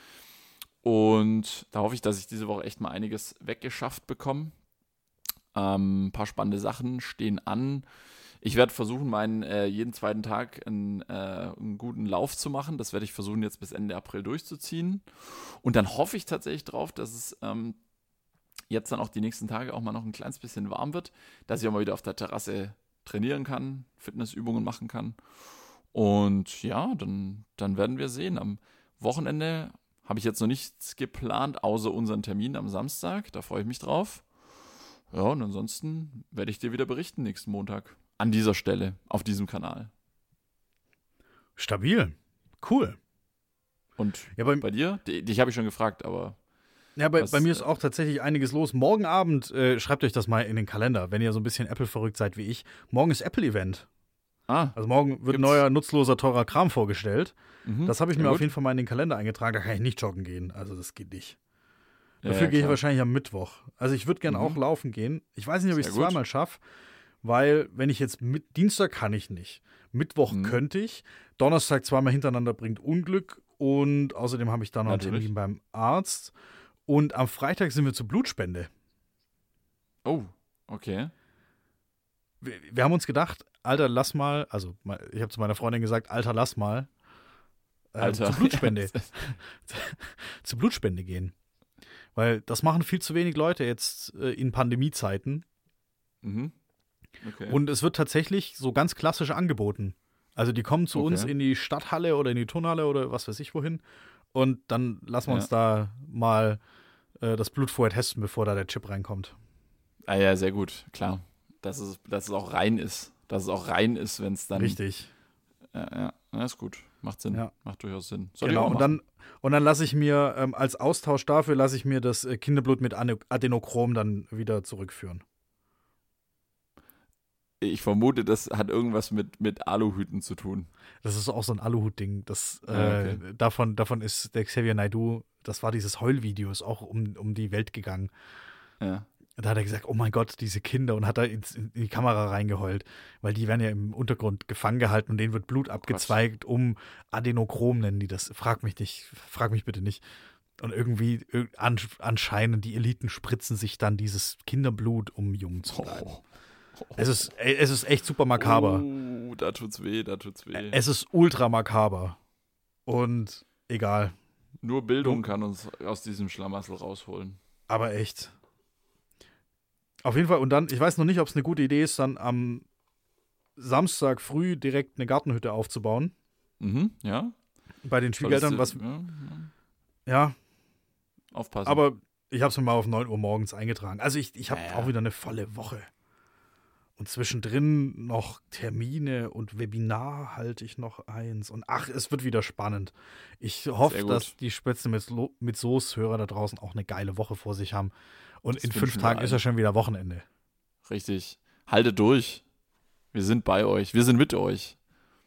Und da hoffe ich, dass ich diese Woche echt mal einiges weggeschafft bekomme. Ähm, ein paar spannende Sachen stehen an. Ich werde versuchen, meinen äh, jeden zweiten Tag einen, äh, einen guten Lauf zu machen. Das werde ich versuchen, jetzt bis Ende April durchzuziehen. Und dann hoffe ich tatsächlich drauf, dass es ähm, jetzt dann auch die nächsten Tage auch mal noch ein kleines bisschen warm wird, dass ich auch mal wieder auf der Terrasse trainieren kann, Fitnessübungen machen kann. Und ja, dann, dann werden wir sehen. Am Wochenende habe ich jetzt noch nichts geplant, außer unseren Termin am Samstag. Da freue ich mich drauf. Ja, und ansonsten werde ich dir wieder berichten nächsten Montag. An dieser Stelle, auf diesem Kanal. Stabil. Cool. Und Ja, bei, bei dir? Die- Dich habe ich schon gefragt, aber ja, bei, was, bei mir ist äh, auch tatsächlich einiges los. Morgen Abend, äh, schreibt euch das mal in den Kalender, wenn ihr so ein bisschen Apple-verrückt seid wie ich. Morgen ist Apple-Event. ah, Also morgen wird Gibt's- neuer, nutzloser, teurer Kram vorgestellt. mhm, Das habe ich ja mir gut. auf jeden Fall mal in den Kalender eingetragen. Da kann ich nicht joggen gehen. Also das geht nicht. Ja, Dafür ja, gehe ich klar. wahrscheinlich am Mittwoch. Also ich würde gerne Mhm. auch laufen gehen. Ich weiß nicht, ob ich es Sehr gut. zweimal schaffe, weil wenn ich jetzt mit Dienstag kann ich nicht. Mittwoch Mhm. könnte ich. Donnerstag zweimal hintereinander bringt Unglück. Und außerdem habe ich dann noch einen Natürlich. Termin beim Arzt. Und am Freitag sind wir zur Blutspende. Oh, okay. Wir, wir haben uns gedacht, Alter, lass mal, also ich habe zu meiner Freundin gesagt, Alter, lass mal ähm, Alter. zur Blutspende, zur Blutspende gehen. Weil das machen viel zu wenig Leute jetzt äh, in Pandemiezeiten. mhm. Okay. Und es wird tatsächlich so ganz klassisch angeboten. Also die kommen zu Okay. uns in die Stadthalle oder in die Turnhalle oder was weiß ich wohin. Und dann lassen wir Ja. uns da mal äh, das Blut vorher testen, bevor da der Chip reinkommt. ah ja, sehr gut, klar. Dass es, dass es auch rein ist. Dass es auch rein ist, wenn es dann. Richtig. Ja, ja, ja, ist gut. Macht Sinn. Ja. Macht durchaus Sinn. Soll Genau. ich auch Und machen. dann, und dann lasse ich mir ähm, als Austausch dafür, lasse ich mir das äh, Kinderblut mit Ane- Adenochrom dann wieder zurückführen. Ich vermute, das hat irgendwas mit, mit Aluhüten zu tun. Das ist auch so ein Aluhut-Ding. Das, Ah, äh, okay. davon, davon ist der Xavier Naidoo, das war dieses Heulvideo, ist auch um, um die Welt gegangen. Ja. Da hat er gesagt, oh mein Gott, diese Kinder, und hat da ins, in die Kamera reingeheult, weil die werden ja im Untergrund gefangen gehalten und denen wird Blut abgezweigt, um Adenochrom nennen die das. Frag mich nicht, frag mich bitte nicht. Und irgendwie irg- an, anscheinend die Eliten spritzen sich dann dieses Kinderblut, um jung zu bleiben. Oh. Es ist, ey, es ist echt super makaber. Oh, da tut's weh, da tut's weh. Es ist ultra makaber. Und egal, Nur Bildung kann uns aus diesem Schlamassel rausholen. aber echt. Auf jeden Fall, und dann, ich weiß noch nicht, ob es eine gute Idee ist, dann am Samstag früh direkt eine Gartenhütte aufzubauen. Mhm, ja. Bei den Schwiegereltern, was, Ja, ja. ja, Aufpassen. aber ich habe es mir mal auf neun Uhr morgens eingetragen. Also ich, ich habe Ja, ja. auch wieder eine volle Woche. Und zwischendrin noch Termine und Webinar halte ich noch eins. Und ach, es wird wieder spannend. Ich hoffe, dass die Spätzle mit, Lo- mit Soße-Hörer da draußen auch eine geile Woche vor sich haben. Und Das in fünf wünschen wir Tagen allen. ist ja schon wieder Wochenende. Richtig. Haltet durch. Wir sind bei euch. Wir sind mit euch.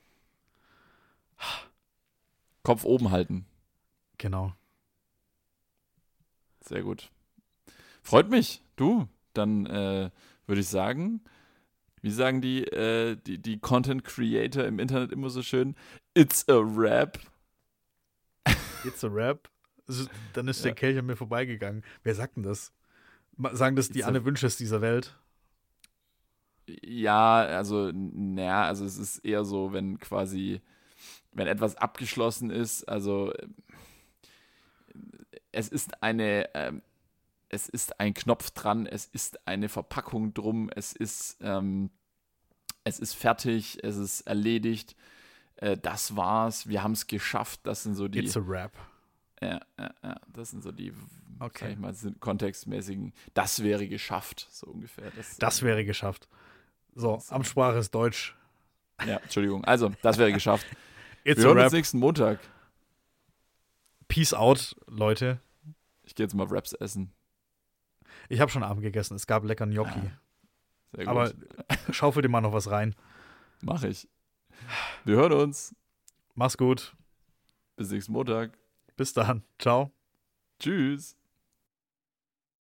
Kopf oben halten. Genau. Sehr gut. Freut mich. Du, dann äh, würde ich sagen, wie sagen die, äh, die, die Content Creator im Internet immer so schön? It's a rap. It's a Rap. S- Dann ist Ja. der Kelch an mir vorbeigegangen. Wer sagt denn das? Ma- Sagen das die It's a- Anne Wünsches dieser Welt? Ja, also, naja, also es ist eher so, wenn quasi, wenn etwas abgeschlossen ist, also äh, es ist eine, ähm, es ist ein Knopf dran, es ist eine Verpackung drum, es ist, ähm, es ist fertig, es ist erledigt, äh, das war's, wir haben es geschafft, das sind so die, It's a Rap. ja, ja, ja, das sind so die, Okay. sag ich mal, sind kontextmäßigen, das wäre geschafft, so ungefähr. Das, Das wäre geschafft. So, Amtssprache ist Deutsch. Ja, Entschuldigung, also, das wäre geschafft. It's Wir a hören uns Rap. nächsten Montag. Peace out, Leute. Ich gehe jetzt mal Wraps essen. Ich habe schon Abend gegessen. Es gab lecker Gnocchi. Ja, sehr gut. Aber schaufel dir mal noch was rein. Mach ich. Wir hören uns. Mach's gut. Bis nächsten Montag. Bis dann. Ciao. Tschüss.